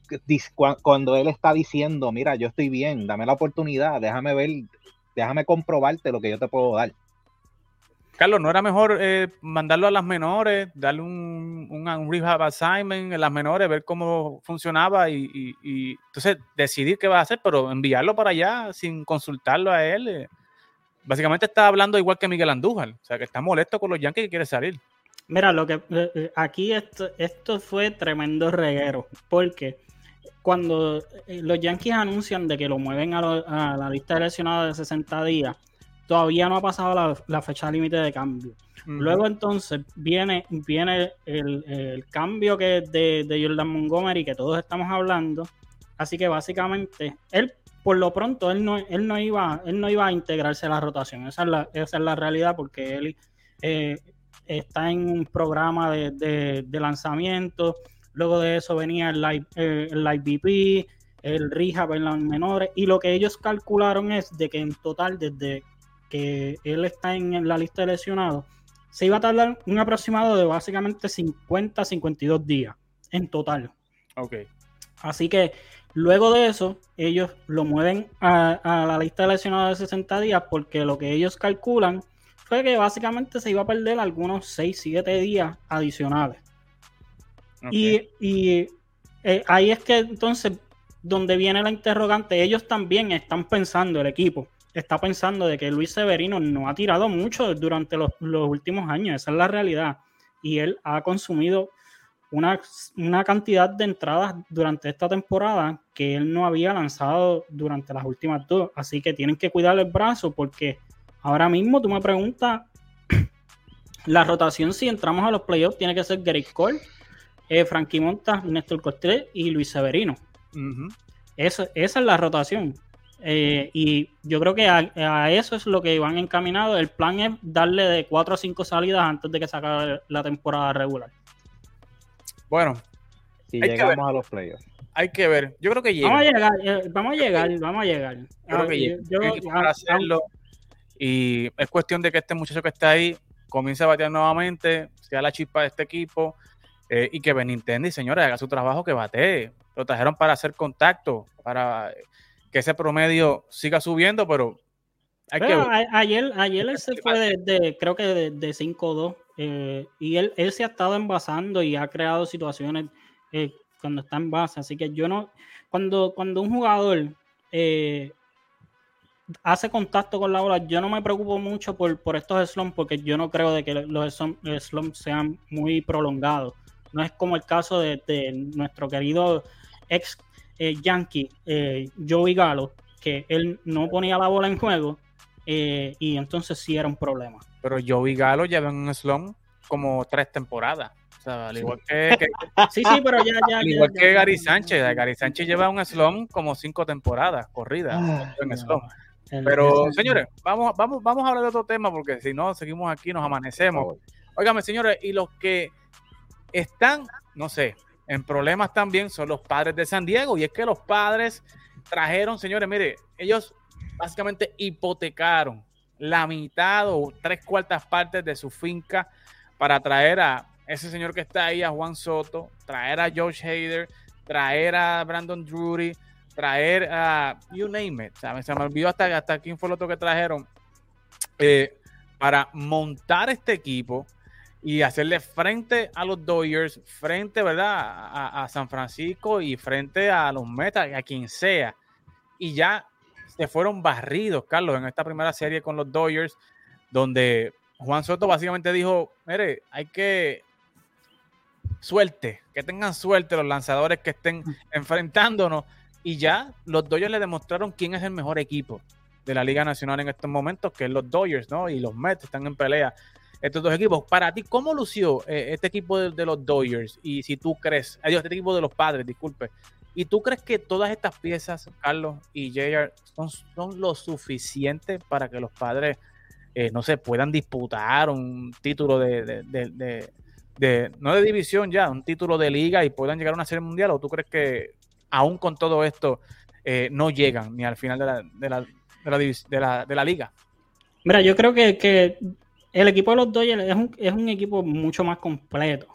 [SPEAKER 3] cuando él está diciendo, mira, yo estoy bien, dame la oportunidad, déjame ver, déjame comprobarte lo que yo te puedo dar.
[SPEAKER 1] Carlos, ¿no era mejor eh, mandarlo a las menores, darle un, un, un rehab assignment en las menores, ver cómo funcionaba y, y, y entonces decidir qué va a hacer, pero enviarlo para allá sin consultarlo a él? Eh, básicamente está hablando igual que Miguel Andújar, o sea, que está molesto con los Yankees y quiere salir.
[SPEAKER 2] Mira, lo que eh, aquí esto, esto fue tremendo reguero, porque cuando los Yankees anuncian de que lo mueven a, lo, a la lista de lesionados de sesenta días, todavía no ha pasado la, la fecha límite de cambio. Uh-huh. Luego entonces viene, viene el, el cambio que es de, de Jordan Montgomery, que todos estamos hablando. Así que básicamente, él, por lo pronto, él no, él no, iba, él no iba a integrarse a la rotación. Esa es la, esa es la realidad, porque él eh, está en un programa de, de, de lanzamiento. Luego de eso venía el live, eh, el live B P, el rehab en las menores. Y lo que ellos calcularon es de que en total, desde que él está en la lista de lesionados, se iba a tardar un aproximado de básicamente cincuenta a cincuenta y dos días en total.
[SPEAKER 1] Ok.
[SPEAKER 2] Así que luego de eso, ellos lo mueven a, a la lista de lesionados de sesenta días, porque lo que ellos calculan fue que básicamente se iba a perder algunos seis, siete días adicionales. Okay. Y, y eh, ahí es que entonces, donde viene la interrogante, ellos también están pensando, el equipo está pensando de que Luis Severino no ha tirado mucho durante los, los últimos años, esa es la realidad, y él ha consumido una, una cantidad de entradas durante esta temporada que él no había lanzado durante las últimas dos, así que tienen que cuidar el brazo, porque ahora mismo tú me preguntas, la rotación si entramos a los playoffs tiene que ser Gerrit Cole, eh, Frankie Montas, Néstor Cortés y Luis Severino. Uh-huh. Esa, esa es la rotación. Eh, y yo creo que a, a eso es lo que van encaminados. El plan es darle de cuatro a cinco salidas antes de que se acabe la temporada regular.
[SPEAKER 1] Bueno,
[SPEAKER 3] si llegamos a los playoffs,
[SPEAKER 1] hay que ver. Yo creo que llega.
[SPEAKER 2] Vamos a llegar, eh, vamos a llegar, vamos a llegar.
[SPEAKER 1] Yo creo que llega. Yo, yo, para hacerlo, y es cuestión de que este muchacho que está ahí comience a batear nuevamente, sea la chispa de este equipo, eh, y que Benintendi, señores, haga su trabajo, que batee. Lo trajeron para hacer contacto, para que ese promedio siga subiendo, pero hay
[SPEAKER 2] pero
[SPEAKER 1] que...
[SPEAKER 2] A, ayer, ayer él se fue de, de creo que de, de cinco dos, eh, y él, él se ha estado envasando y ha creado situaciones eh, cuando está en base, así que yo no, cuando, cuando un jugador eh, hace contacto con la bola, yo no me preocupo mucho por, por estos slumps, porque yo no creo de que los slumps sean muy prolongados. No es como el caso de, de nuestro querido ex eh, Yankee, eh, Joey Gallo, que él no ponía la bola en juego, eh, y entonces sí era un problema.
[SPEAKER 1] Pero Joey Gallo lleva en un slump como tres temporadas. O sea, al igual que, que
[SPEAKER 2] sí, sí, pero ya, ya.
[SPEAKER 1] Al igual ya, que ya, Gary ya, Sánchez. Ya, Gary Sánchez lleva un slump como cinco temporadas corridas. Ah, en slump. El, pero, el, señores, vamos, vamos, vamos a hablar de otro tema, porque si no, seguimos aquí, nos amanecemos. Óigame, señores, y los que están, no sé, en problemas también son los Padres de San Diego, y es que los Padres trajeron, señores, mire, ellos básicamente hipotecaron la mitad o tres cuartas partes de su finca para traer a ese señor que está ahí, a Juan Soto, traer a Josh Hader, traer a Brandon Drury, traer a you name it, ¿sabes? Se me olvidó hasta, hasta quién fue el otro que trajeron, eh, para montar este equipo y hacerle frente a los Dodgers, frente, ¿verdad?, a, a San Francisco y frente a los Mets, a quien sea. Y ya se fueron barridos, Carlos, en esta primera serie con los Dodgers, donde Juan Soto básicamente dijo, mire, hay que suerte, que tengan suerte los lanzadores que estén enfrentándonos. Y ya los Dodgers le demostraron quién es el mejor equipo de la Liga Nacional en estos momentos, que es los Dodgers, ¿no? Y los Mets están en pelea. Estos dos equipos. Para ti, ¿cómo lució eh, este equipo de, de los Dodgers? Y si tú crees, adiós, este equipo de los Padres, disculpe. ¿Y tú crees que todas estas piezas, Carlos y J R, son, son lo suficiente para que los Padres, eh, no sé, puedan disputar un título de, de, de, de, de, no de división ya, un título de liga y puedan llegar a una serie mundial? ¿O tú crees que aún con todo esto eh, no llegan ni al final de la, de la, de la, de la, de la liga?
[SPEAKER 2] Mira, yo creo que, que el equipo de los Dodgers es un, es un equipo mucho más completo.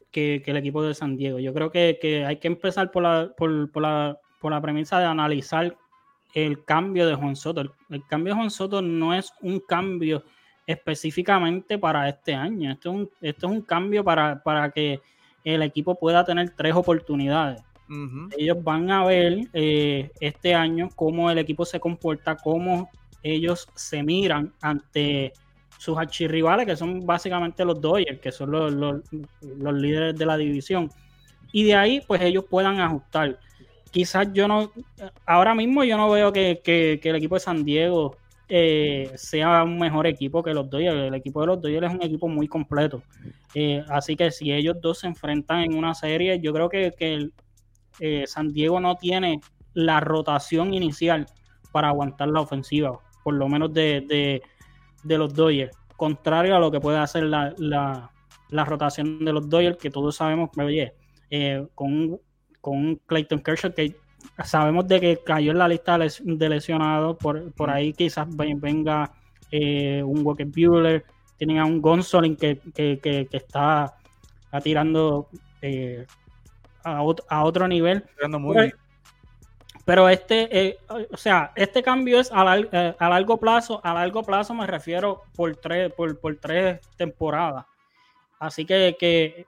[SPEAKER 2] que, que el equipo de San Diego. Yo creo que, que hay que empezar por la, por, por, la, por la premisa de analizar el cambio de Juan Soto. El, el cambio de Juan Soto no es un cambio específicamente para este año. Esto es un, esto es un cambio para, para que el equipo pueda tener tres oportunidades. Uh-huh. Ellos van a ver eh, este año cómo el equipo se comporta, cómo ellos se miran ante sus archirrivales, que son básicamente los Dodgers, que son los, los, los líderes de la división. Y de ahí, pues ellos puedan ajustar. Quizás yo no, ahora mismo yo no veo que, que, que el equipo de San Diego eh, sea un mejor equipo que los Dodgers. El equipo de los Dodgers es un equipo muy completo. Eh, así que si ellos dos se enfrentan en una serie, yo creo que, que el, eh, San Diego no tiene la rotación inicial para aguantar la ofensiva, por lo menos de, de, de los Dodgers. Contrario a lo que puede hacer la, la, la rotación de los Dodgers, que todos sabemos, oye, eh, con un con Clayton Kershaw, que sabemos de que cayó en la lista de lesionados, por, por ahí quizás venga eh, un Walker Buehler, tienen a un Gonsolin que, que, que, que está, está tirando eh, a, otro, a otro nivel.
[SPEAKER 1] Muy
[SPEAKER 2] pero,
[SPEAKER 1] bien.
[SPEAKER 2] pero este, eh, o sea, este cambio es a, lar, eh, a largo plazo, a largo plazo me refiero por tres, por, por tres temporadas. Así que, que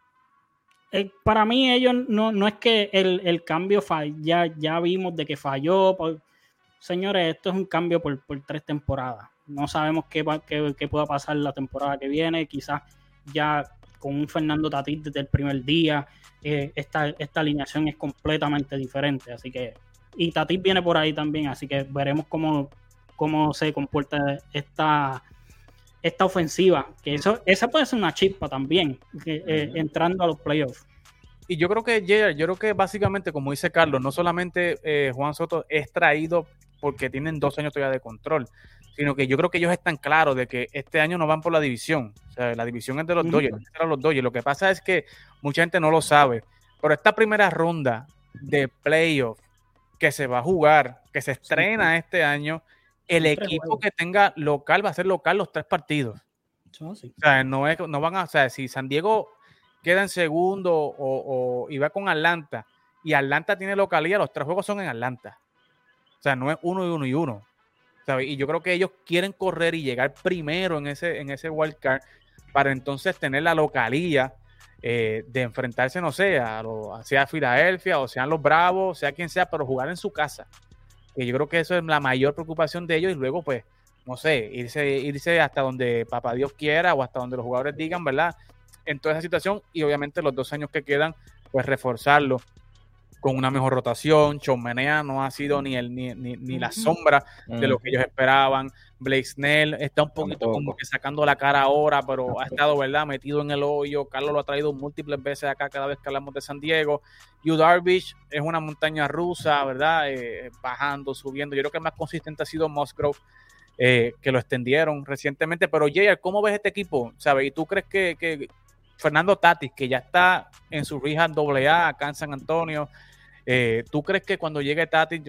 [SPEAKER 2] Eh, para mí ellos no, no es que el, el cambio fall, ya, ya vimos de que falló. Por, señores, esto es un cambio por, por tres temporadas. No sabemos qué, qué, qué pueda pasar la temporada que viene. Quizás ya con un Fernando Tatís desde el primer día, eh, esta, esta alineación es completamente diferente. Así que, y Tatís viene por ahí también, así que veremos cómo, cómo se comporta esta esta ofensiva, que eso esa puede ser una chispa también, que, eh, entrando a los playoffs.
[SPEAKER 1] Y yo creo que yeah, yo creo que básicamente, como dice Carlos, no solamente eh, Juan Soto es traído porque tienen dos años todavía de control, sino que yo creo que ellos están claros de que este año no van por la división. O sea, la división es de los uh-huh. Dodgers, es de los Dodgers. Lo que pasa es que mucha gente no lo sabe, pero esta primera ronda de playoff que se va a jugar, que se estrena sí, este año, el equipo que tenga local va a ser local los tres partidos. Sí. O sea, no, es, no van a, o sea, si San Diego queda en segundo o, o y va con Atlanta y Atlanta tiene localía, los tres juegos son en Atlanta. O sea, no es uno y uno y uno. ¿Sabes? Y yo creo que ellos quieren correr y llegar primero en ese, en ese wild card para entonces tener la localía eh, de enfrentarse, no sé, a, lo, a sea Filadelfia o sean los Bravos, sea quien sea, pero jugar en su casa. Que yo creo que eso es la mayor preocupación de ellos y luego, pues, no sé, irse, irse hasta donde papá Dios quiera o hasta donde los jugadores digan, ¿verdad? En toda esa situación y obviamente los dos años que quedan, pues reforzarlo con una mejor rotación. Chaumenea no ha sido ni, el, ni, ni, ni la sombra de lo que ellos esperaban. Blake Snell está un poquito como que sacando la cara ahora, pero ha estado, ¿verdad?, metido en el hoyo. Carlos lo ha traído múltiples veces acá cada vez que hablamos de San Diego. Yu Darvish es una montaña rusa, ¿verdad?, eh, bajando, subiendo. Yo creo que el más consistente ha sido Musgrove, eh, que lo extendieron recientemente. Pero, J R, ¿cómo ves este equipo? ¿Sabes? ¿Y tú crees que, que Fernando Tatis, que ya está en su rehab doble A acá en San Antonio, eh, ¿tú crees que cuando llegue Tatis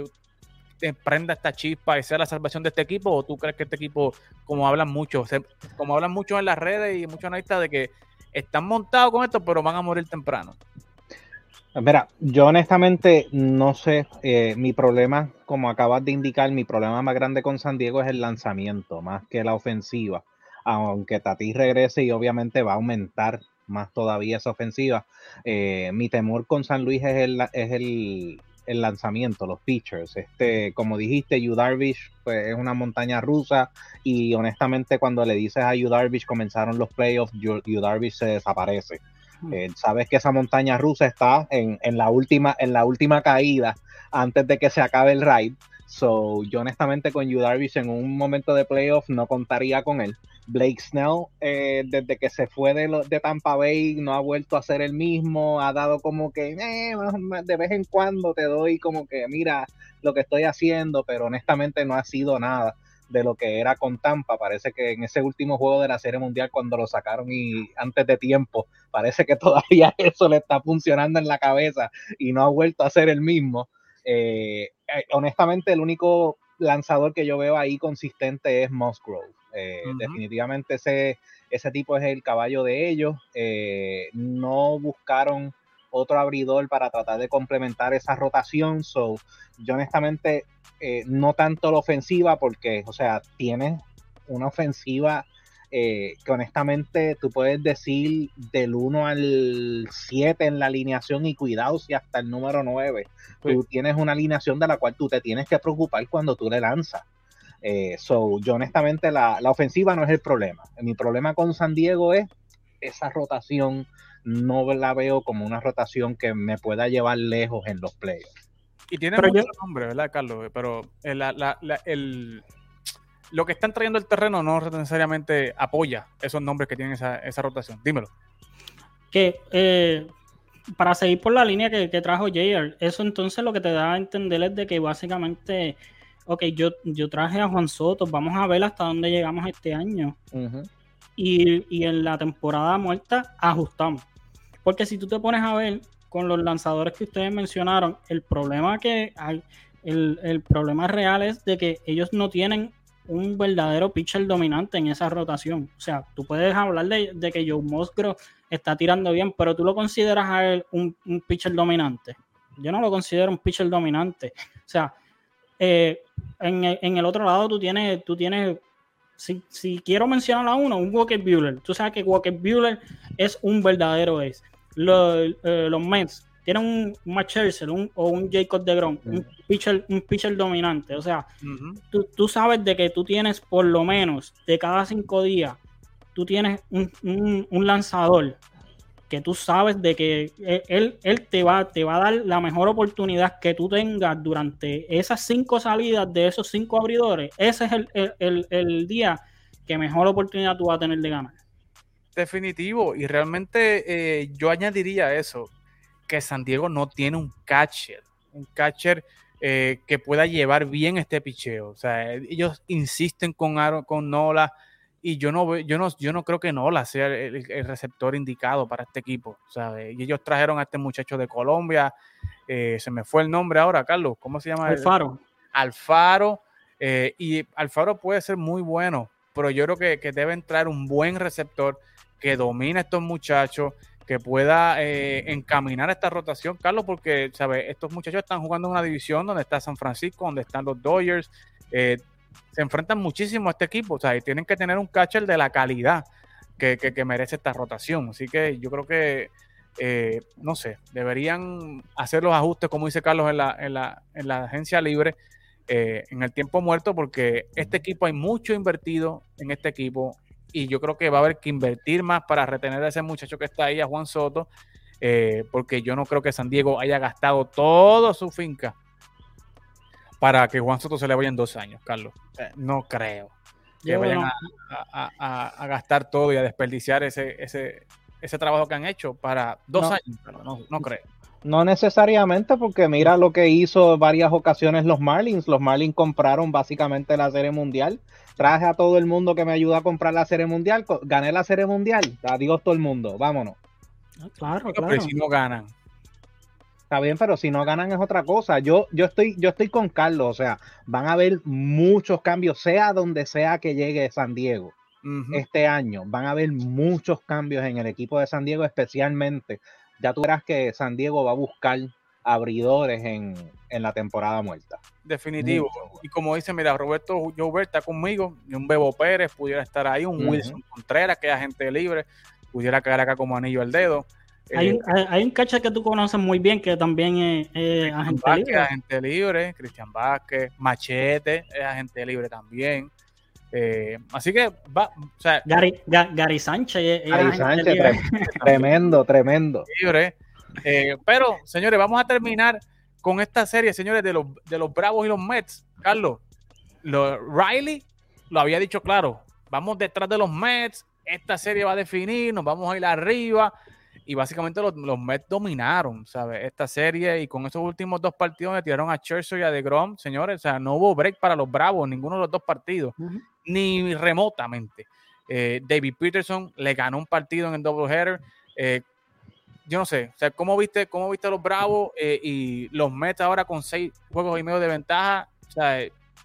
[SPEAKER 1] te prenda esta chispa y sea la salvación de este equipo? ¿O tú crees que este equipo, como hablan mucho, se, como hablan mucho en las redes y muchos analistas, de que están montados con esto, pero van a morir temprano?
[SPEAKER 3] Mira, yo honestamente no sé, eh, mi problema, como acabas de indicar, mi problema más grande con San Diego es el lanzamiento, más que la ofensiva. Aunque Tatis regrese y obviamente va a aumentar más todavía esa ofensiva, eh, mi temor con San Luis es el, es el, el lanzamiento, los pitchers. Este, como dijiste, Yu Darvish pues, es una montaña rusa y honestamente cuando le dices a Yu Darvish comenzaron los playoffs, Yu, Yu Darvish se desaparece. Eh, sabes que esa montaña rusa está en, en, la última, en la última caída antes de que se acabe el ride. So, yo honestamente con Yu Darvish en un momento de playoff no contaría con él. Blake Snell, eh, desde que se fue de, lo, de Tampa Bay, no ha vuelto a ser el mismo, ha dado como que eh, de vez en cuando te doy como que mira lo que estoy haciendo, pero honestamente no ha sido nada de lo que era con Tampa. Parece que en ese último juego de la Serie Mundial, cuando lo sacaron y antes de tiempo, parece que todavía eso le está funcionando en la cabeza y no ha vuelto a ser el mismo. Eh, eh, honestamente, el único lanzador que yo veo ahí consistente es Musgrove. Eh,
[SPEAKER 1] Uh-huh.
[SPEAKER 3] Definitivamente ese, ese tipo es el caballo de ellos. Eh, no buscaron otro abridor para tratar de complementar esa rotación. So, yo honestamente eh, no tanto la ofensiva porque, o sea, tienes una ofensiva eh, que honestamente tú puedes decir del uno al siete en la alineación y cuidado si hasta el número nueve. Sí. Tú tienes una alineación de la cual tú te tienes que preocupar cuando tú le lanzas. Eh, so, yo honestamente la, la ofensiva no es el problema. Mi problema con San Diego es esa rotación. No la veo como una rotación que me pueda llevar lejos en los playoffs.
[SPEAKER 1] Y tiene pero muchos yo... nombres, ¿verdad, Carlos? Pero el, la, la, la, el, lo que están trayendo el terreno no necesariamente apoya esos nombres que tienen esa, esa rotación. Dímelo.
[SPEAKER 2] Que eh, para seguir por la línea que, que trajo J R, eso entonces lo que te da a entender es de que básicamente, ok, yo, yo traje a Juan Soto, vamos a ver hasta dónde llegamos este año. Uh-huh. y, y en la temporada muerta ajustamos. Porque si tú te pones a ver con los lanzadores que ustedes mencionaron, el problema que hay, el, el problema real es de que ellos no tienen un verdadero pitcher dominante en esa rotación. O sea, tú puedes hablar de, de que Joe Musgrove está tirando bien, pero tú lo consideras a él un, un pitcher dominante. Yo no lo considero un pitcher dominante. O sea, eh, en, en el otro lado tú tienes, tú tienes si, si quiero mencionar a uno, un Walker Buehler. Tú sabes que Walker Buehler es un verdadero ace. Los, eh, los Mets tienen un, un Matt Scherzer un, o un Jacob deGrom, uh-huh. un pitcher, un pitcher dominante. O sea, uh-huh. tú, tú sabes de que tú tienes por lo menos de cada cinco días, tú tienes un, un, un lanzador que tú sabes de que él, él te, va, te va a dar la mejor oportunidad que tú tengas durante esas cinco salidas de esos cinco abridores. Ese es el, el, el, el día que mejor oportunidad tú vas a tener de ganar.
[SPEAKER 1] Definitivo, y realmente eh, yo añadiría eso, que San Diego no tiene un catcher, un catcher eh, que pueda llevar bien este picheo. O sea, ellos insisten con, Aaron, con Nola, y yo no, yo no, yo no creo que Nola sea el, el receptor indicado para este equipo, ¿sabes? Y ellos trajeron a este muchacho de Colombia, eh, se me fue el nombre ahora, Carlos, ¿cómo se llama?
[SPEAKER 2] Alfaro.
[SPEAKER 1] Alfaro, eh, y Alfaro puede ser muy bueno, pero yo creo que, que debe entrar un buen receptor que domine a estos muchachos, que pueda eh, encaminar esta rotación, Carlos, porque, ¿sabes? Estos muchachos están jugando en una división donde está San Francisco, donde están los Dodgers, eh, se enfrentan muchísimo a este equipo, o sea, y tienen que tener un catcher de la calidad que, que, que merece esta rotación. Así que yo creo que, eh, no sé, deberían hacer los ajustes, como dice Carlos, en la, en la, en la agencia libre, eh, en el tiempo muerto, porque este equipo hay mucho invertido en este equipo, y yo creo que va a haber que invertir más para retener a ese muchacho que está ahí, a Juan Soto, eh, porque yo no creo que San Diego haya gastado toda su finca para que Juan Soto se le vaya en dos años, Carlos. Eh, no creo que yo vayan no. a, a, a, a gastar todo y a desperdiciar ese, ese, ese trabajo que han hecho para dos no. años. Carlos. No, no creo.
[SPEAKER 3] No necesariamente, porque mira lo que hizo en varias ocasiones los Marlins. Los Marlins compraron básicamente la Serie Mundial. Traje a todo el mundo que me ayudó a comprar la Serie Mundial. Gané la Serie Mundial. Adiós todo el mundo. Vámonos.
[SPEAKER 2] Ah, claro,
[SPEAKER 1] pero
[SPEAKER 2] claro.
[SPEAKER 1] si no ganan.
[SPEAKER 3] Está bien, pero si no ganan es otra cosa. Yo, yo, estoy, yo estoy con Carlos. O sea, van a haber muchos cambios, sea donde sea que llegue San Diego. Uh-huh. Este año van a haber muchos cambios en el equipo de San Diego, especialmente. Ya tú verás que San Diego va a buscar abridores en, en la temporada muerta.
[SPEAKER 1] Definitivo. Mucho. Y como dice, mira, Roberto Joubert está conmigo, y un Bebo Pérez pudiera estar ahí, un uh-huh. Wilson Contreras, que es agente libre, pudiera caer acá como anillo al dedo.
[SPEAKER 2] Hay, eh, un, hay un catcher que tú conoces muy bien, que también es eh, agente
[SPEAKER 1] Vázquez,
[SPEAKER 2] libre.
[SPEAKER 1] agente libre, Cristian Vázquez, Machete es agente libre también. Eh, así que va, o sea,
[SPEAKER 2] Gary, Gary Sánchez,
[SPEAKER 3] Gary Sánchez tre- tremendo, tremendo.
[SPEAKER 1] Libre. Eh, pero, señores, vamos a terminar con esta serie, señores, de los, de los Bravos y los Mets. Carlos, lo, Riley lo había dicho claro, vamos detrás de los Mets, esta serie va a definir, nos vamos a ir arriba, y básicamente los, los Mets dominaron, ¿sabes? Esta serie, y con esos últimos dos partidos le tiraron a Scherzer y a deGrom, señores, o sea, no hubo break para los Bravos, ninguno de los dos partidos. Uh-huh. Ni remotamente. Eh, David Peterson le ganó un partido en el doubleheader. Eh, yo no sé, o sea, ¿cómo viste, cómo viste a los Bravos eh, y los Mets ahora con seis juegos y medio de ventaja? O sea,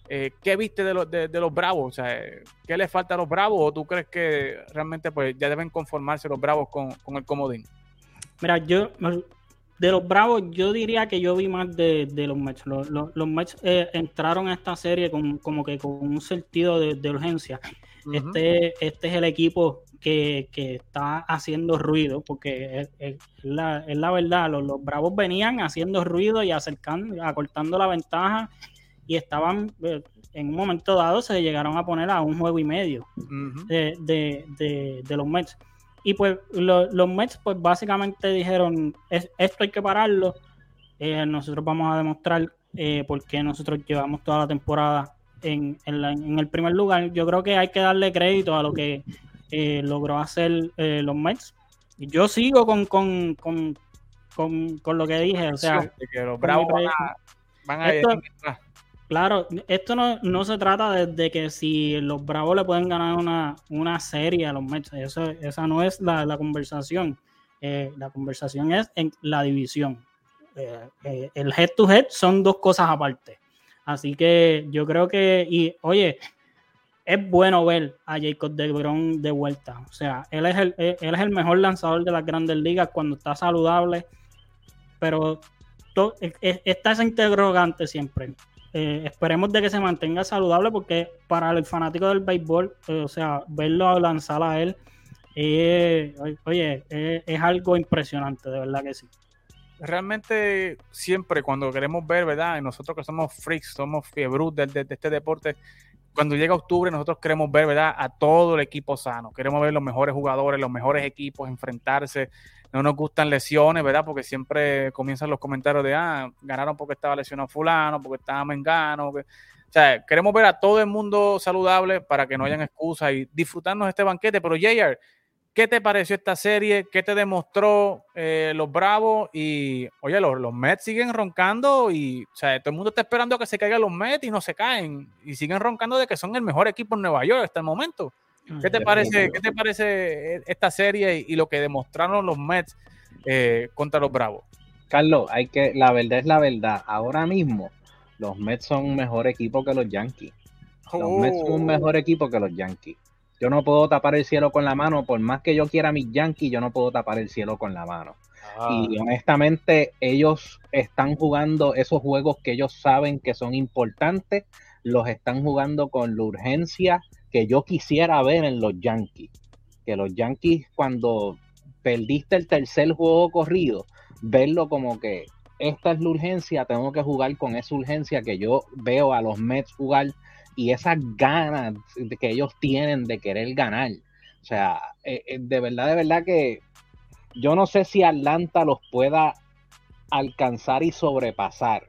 [SPEAKER 1] Eh, ¿Qué viste de los, de, de los Bravos? O sea, ¿qué le falta a los Bravos? ¿O tú crees que realmente pues ya deben conformarse los Bravos con, con el comodín?
[SPEAKER 2] Mira, yo de los Bravos yo diría que yo vi más de, de los Mets. Los, los, los Mets eh, entraron a esta serie con, como que con un sentido de, de urgencia. Uh-huh. Este, este es el equipo que, que está haciendo ruido, porque es, es, la, es la verdad, los, los Bravos venían haciendo ruido y acercando, acortando la ventaja, y estaban, en un momento dado, se llegaron a poner a un juego y medio uh-huh. de, de, de, de los Mets. Y pues lo, los Mets pues básicamente dijeron, es, esto hay que pararlo, eh, nosotros vamos a demostrar eh, por qué nosotros llevamos toda la temporada en, en, la, en el primer lugar. Yo creo que hay que darle crédito a lo que eh, logró hacer eh, los Mets. Y yo sigo con, con, con, con, con lo que dije, o sea,
[SPEAKER 1] que los Bravos van a, van a
[SPEAKER 2] esto, claro, esto no, no se trata de, de que si los Bravos le pueden ganar una, una serie a los Mets. Eso, esa no es la, la conversación. Eh, la conversación es en la división. Eh, eh, el head to head son dos cosas aparte. Así que yo creo que, y oye, es bueno ver a Jacob deGrom de vuelta. O sea, él es el, él es el mejor lanzador de las Grandes Ligas cuando está saludable, pero to, está ese interrogante siempre. Eh, esperemos de que se mantenga saludable, porque para el fanático del béisbol, eh, o sea, verlo lanzar a él, eh, oye, eh, es algo impresionante, de verdad que sí.
[SPEAKER 1] Realmente siempre cuando queremos ver, ¿verdad? Y nosotros que somos freaks, somos fiebrus de, de, de este deporte, cuando llega octubre nosotros queremos ver, ¿verdad?, a todo el equipo sano. Queremos ver los mejores jugadores, los mejores equipos enfrentarse. No nos gustan lesiones, ¿verdad? Porque siempre comienzan los comentarios de, ah, ganaron porque estaba lesionado fulano, porque estaba mengano. Que... O sea, queremos ver a todo el mundo saludable para que no hayan excusas y disfrutarnos de este banquete. Pero J R, ¿qué te pareció esta serie? ¿Qué te demostró eh, los Bravos? Y, oye, los, los Mets siguen roncando y, o sea, todo el mundo está esperando a que se caigan los Mets y no se caen. Y siguen roncando de que son el mejor equipo en Nueva York hasta el momento. ¿Qué te parece, ¿qué te parece esta serie y, y lo que demostraron los Mets eh, contra los Bravos?
[SPEAKER 3] Carlos, hay que, la verdad es la verdad. Ahora mismo, los Mets son un mejor equipo que los Yankees. Los oh. Mets son un mejor equipo que los Yankees. Yo no puedo tapar el cielo con la mano, por más que yo quiera a mis Yankees, yo no puedo tapar el cielo con la mano. Ah. Y honestamente, ellos están jugando esos juegos que ellos saben que son importantes, los están jugando con la urgencia que yo quisiera ver en los Yankees. Que los Yankees, cuando perdiste el tercer juego corrido, verlo como que esta es la urgencia, tengo que jugar con esa urgencia que yo veo a los Mets jugar, y esas ganas que ellos tienen de querer ganar. O sea, eh, de verdad, de verdad que yo no sé si Atlanta los pueda alcanzar y sobrepasar,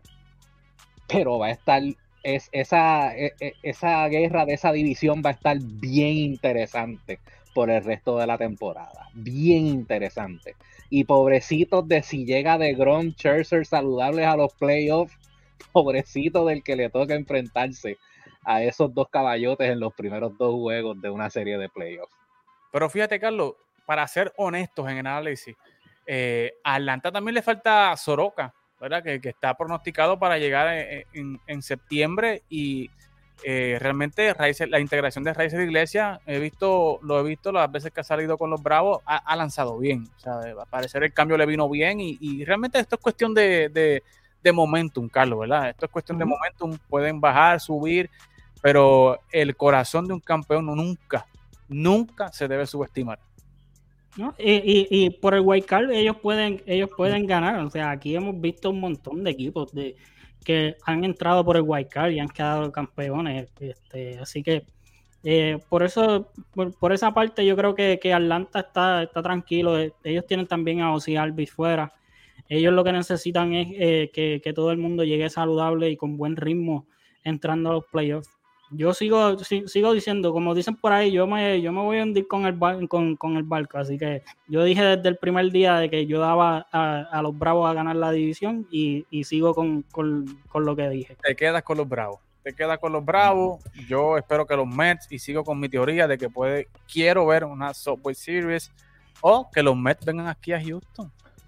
[SPEAKER 3] pero va a estar, es, esa, esa guerra de esa división va a estar bien interesante por el resto de la temporada. Bien interesante. Y pobrecitos de si llega deGrom, Scherzer saludables a los playoffs, pobrecito del que le toca enfrentarse a esos dos caballotes en los primeros dos juegos de una serie de playoffs.
[SPEAKER 1] Pero fíjate, Carlos, para ser honestos en el análisis, eh, a Atlanta también le falta Soroka, ¿verdad? Que, que está pronosticado para llegar en, en, en septiembre, y eh, realmente Raíces, la integración de Raíces de Iglesias, he visto, lo he visto las veces que ha salido con los Bravos, ha, ha lanzado bien. O sea, al parecer el cambio le vino bien, y, y realmente esto es cuestión de, de, de momentum, Carlos, ¿verdad? Esto es cuestión uh-huh. de momentum, pueden bajar, subir, pero el corazón de un campeón nunca, nunca se debe subestimar.
[SPEAKER 2] ¿No? Y, y, y por el wild card ellos pueden, ellos pueden ganar. O sea, aquí hemos visto un montón de equipos de, que han entrado por el wild card y han quedado campeones. Este, así que eh, por eso, por, por esa parte yo creo que, que Atlanta está, está tranquilo. Ellos tienen también a Ozzy Albies fuera. Ellos lo que necesitan es eh, que, que todo el mundo llegue saludable y con buen ritmo entrando a los playoffs. Yo sigo sigo diciendo, como dicen por ahí, yo me yo me voy a hundir con el bar, con, con el barco, así que yo dije desde el primer día de que yo daba a, a los Bravos a ganar la división, y, y sigo con, con, con lo que dije.
[SPEAKER 1] Te quedas con los Bravos, te quedas con los Bravos. Yo espero que los Mets, y sigo con mi teoría de que puede quiero ver una Subway Series, o que los Mets vengan aquí a Houston.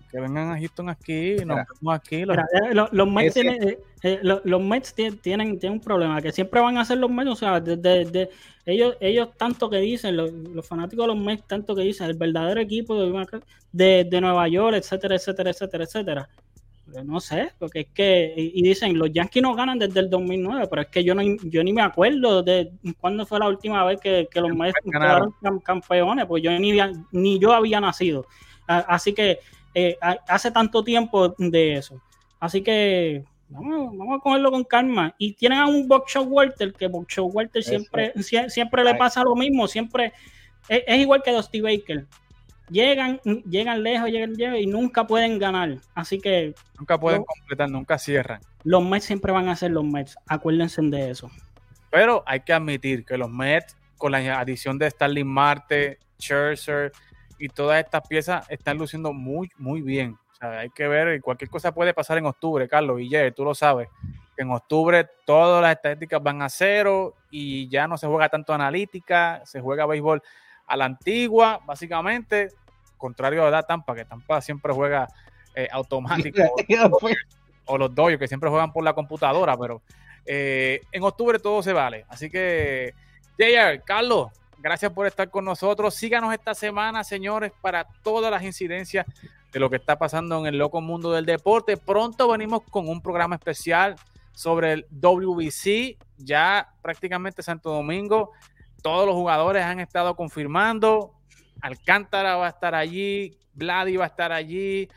[SPEAKER 1] que vengan a Houston aquí, nos
[SPEAKER 3] Mira,
[SPEAKER 1] vemos aquí. Los,
[SPEAKER 2] Mira, eh, los, los Mets,
[SPEAKER 3] ese-
[SPEAKER 2] tienen, eh, eh, los, los Mets tienen, tienen, tienen un problema, que siempre van a ser los Mets, o sea, de, de- de- ellos, ellos tanto que dicen, los, los fanáticos de los Mets tanto que dicen, el verdadero equipo de, de, de Nueva York, etcétera, etcétera, etcétera, etcétera. No sé, porque es que, y, y dicen, los Yankees no ganan desde el dos mil nueve, pero es que yo no yo ni me acuerdo de cuándo fue la última vez que, que los Mets
[SPEAKER 1] ganaron.
[SPEAKER 2] quedaron campeones, pues yo ni, ni yo había nacido. A, así que eh, hace tanto tiempo de eso. Así que vamos, vamos a cogerlo con calma. Y tienen a un Buck Showalter, que Buck Showalter siempre, sie, siempre le pasa lo mismo, siempre es, es igual que Dusty Baker. Llegan, llegan lejos, llegan lejos y nunca pueden ganar. Así que
[SPEAKER 1] nunca pueden
[SPEAKER 2] lo,
[SPEAKER 1] completar, nunca cierran.
[SPEAKER 2] Los Mets siempre van a ser los Mets. Acuérdense de eso.
[SPEAKER 1] Pero hay que admitir que los Mets, con la adición de Starling Marte, Scherzer y todas estas piezas, están luciendo muy, muy bien. O sea, hay que ver, cualquier cosa puede pasar en octubre, Carlos, y Jerry, tú lo sabes. Que en octubre todas las estadísticas van a cero y ya no se juega tanto analítica, se juega béisbol a la antigua, básicamente, contrario a la Tampa, que Tampa siempre juega eh, automático, o, o los Dodgers, que siempre juegan por la computadora, pero eh, en octubre todo se vale. Así que, J R, Carlos, gracias por estar con nosotros. Síganos esta semana, señores, para todas las incidencias de lo que está pasando en el loco mundo del deporte. Pronto venimos con un programa especial sobre el W B C, ya prácticamente Santo Domingo. Todos los jugadores han estado confirmando. Alcántara va a estar allí, Vladi va a estar allí.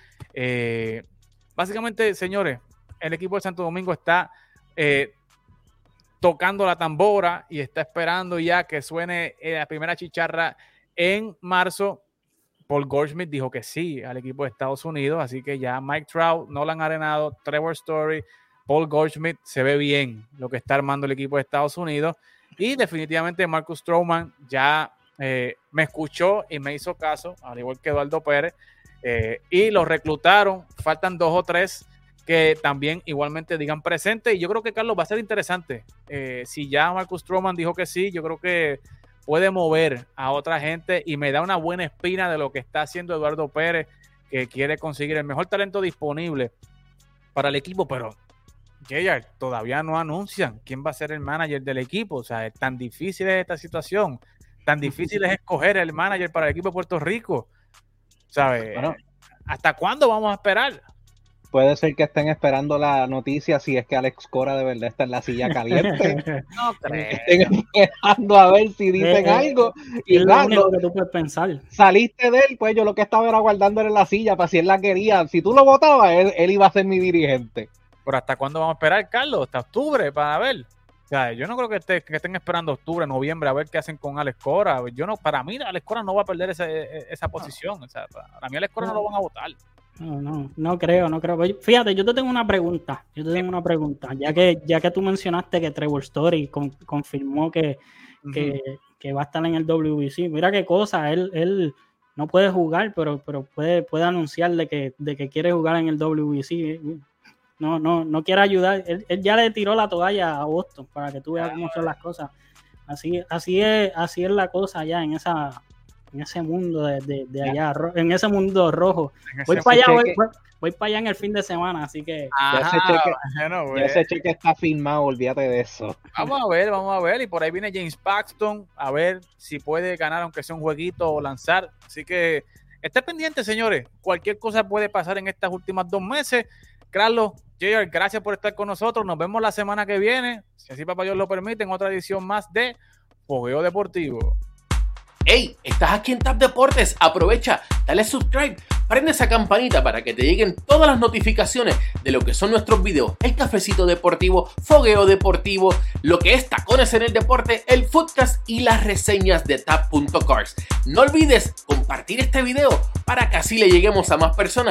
[SPEAKER 1] Eh, básicamente, señores, el equipo de Santo Domingo está eh, tocando la tambora y está esperando ya que suene la primera chicharra en marzo. Paul Goldschmidt dijo que sí al equipo de Estados Unidos, así que ya Mike Trout, Nolan Arenado, Trevor Story, Paul Goldschmidt, se ve bien lo que está armando el equipo de Estados Unidos. Y definitivamente Marcus Stroman ya eh, me escuchó y me hizo caso, al igual que Eduardo Pérez, eh, y los reclutaron. Faltan dos o tres que también igualmente digan presente. Y yo creo que, Carlos, va a ser interesante. Eh, si ya Marcus Stroman dijo que sí, yo creo que puede mover a otra gente y me da una buena espina de lo que está haciendo Eduardo Pérez, que quiere conseguir el mejor talento disponible para el equipo, pero J R, todavía no anuncian quién va a ser el manager del equipo. O sea, es tan difícil es esta situación, tan difícil es escoger el manager para el equipo de Puerto Rico. ¿Sabes? Bueno, ¿hasta cuándo vamos a esperar?
[SPEAKER 3] Puede ser que estén esperando la noticia si es que Alex Cora de verdad está en la silla caliente.
[SPEAKER 1] No creo.
[SPEAKER 3] Estén esperando a ver si dicen eh, algo. Y
[SPEAKER 2] es lo único que tú puedes pensar.
[SPEAKER 3] Saliste de él, pues yo lo que estaba era guardándole en la silla para si él la quería. Si tú lo votabas, él, él iba a ser mi dirigente.
[SPEAKER 1] ¿Pero hasta cuándo vamos a esperar, Carlos? ¿Hasta octubre para ver? O sea, yo no creo que, esté, que estén esperando octubre, noviembre, a ver qué hacen con Alex Cora. Yo no, para mí, Alex Cora no va a perder ese, esa posición. O sea, para mí, Alex Cora no, no lo van a votar.
[SPEAKER 2] No, no, no creo, no creo. Fíjate, yo te tengo una pregunta. Yo te tengo una pregunta. Ya que, ya que tú mencionaste que Trevor Story con, confirmó que, uh-huh. que, que va a estar en el W B C. Mira qué cosa, él, él no puede jugar, pero, pero puede, puede anunciar de que, de que quiere jugar en el W B C. No, no, no quiere ayudar. Él, él ya le tiró la toalla a Boston para que tú veas cómo son las cosas. Así, así es, así es la cosa allá en esa, en ese mundo de, de, de allá, ro, en ese mundo rojo. Voy para allá, voy, voy, voy para allá en el fin de semana, así que
[SPEAKER 3] Ajá, ya, ese cheque, bueno, ya ese cheque está firmado, olvídate de eso.
[SPEAKER 1] Vamos a ver, vamos a ver, y por ahí viene James Paxton, a ver si puede ganar aunque sea un jueguito o lanzar. Así que esté pendiente, señores. Cualquier cosa puede pasar en estas últimas dos meses. Carlos, J R, gracias por estar con nosotros. Nos vemos la semana que viene, si así papá Dios lo permite, en otra edición más de Fogueo Deportivo.
[SPEAKER 4] Hey, estás aquí en Tap Deportes, aprovecha, dale subscribe, prende esa campanita para que te lleguen todas las notificaciones de lo que son nuestros videos, el cafecito deportivo, fogueo deportivo, lo que es tacones en el deporte, el footcast y las reseñas de tap punto cars. No olvides compartir este video para que así le lleguemos a más personas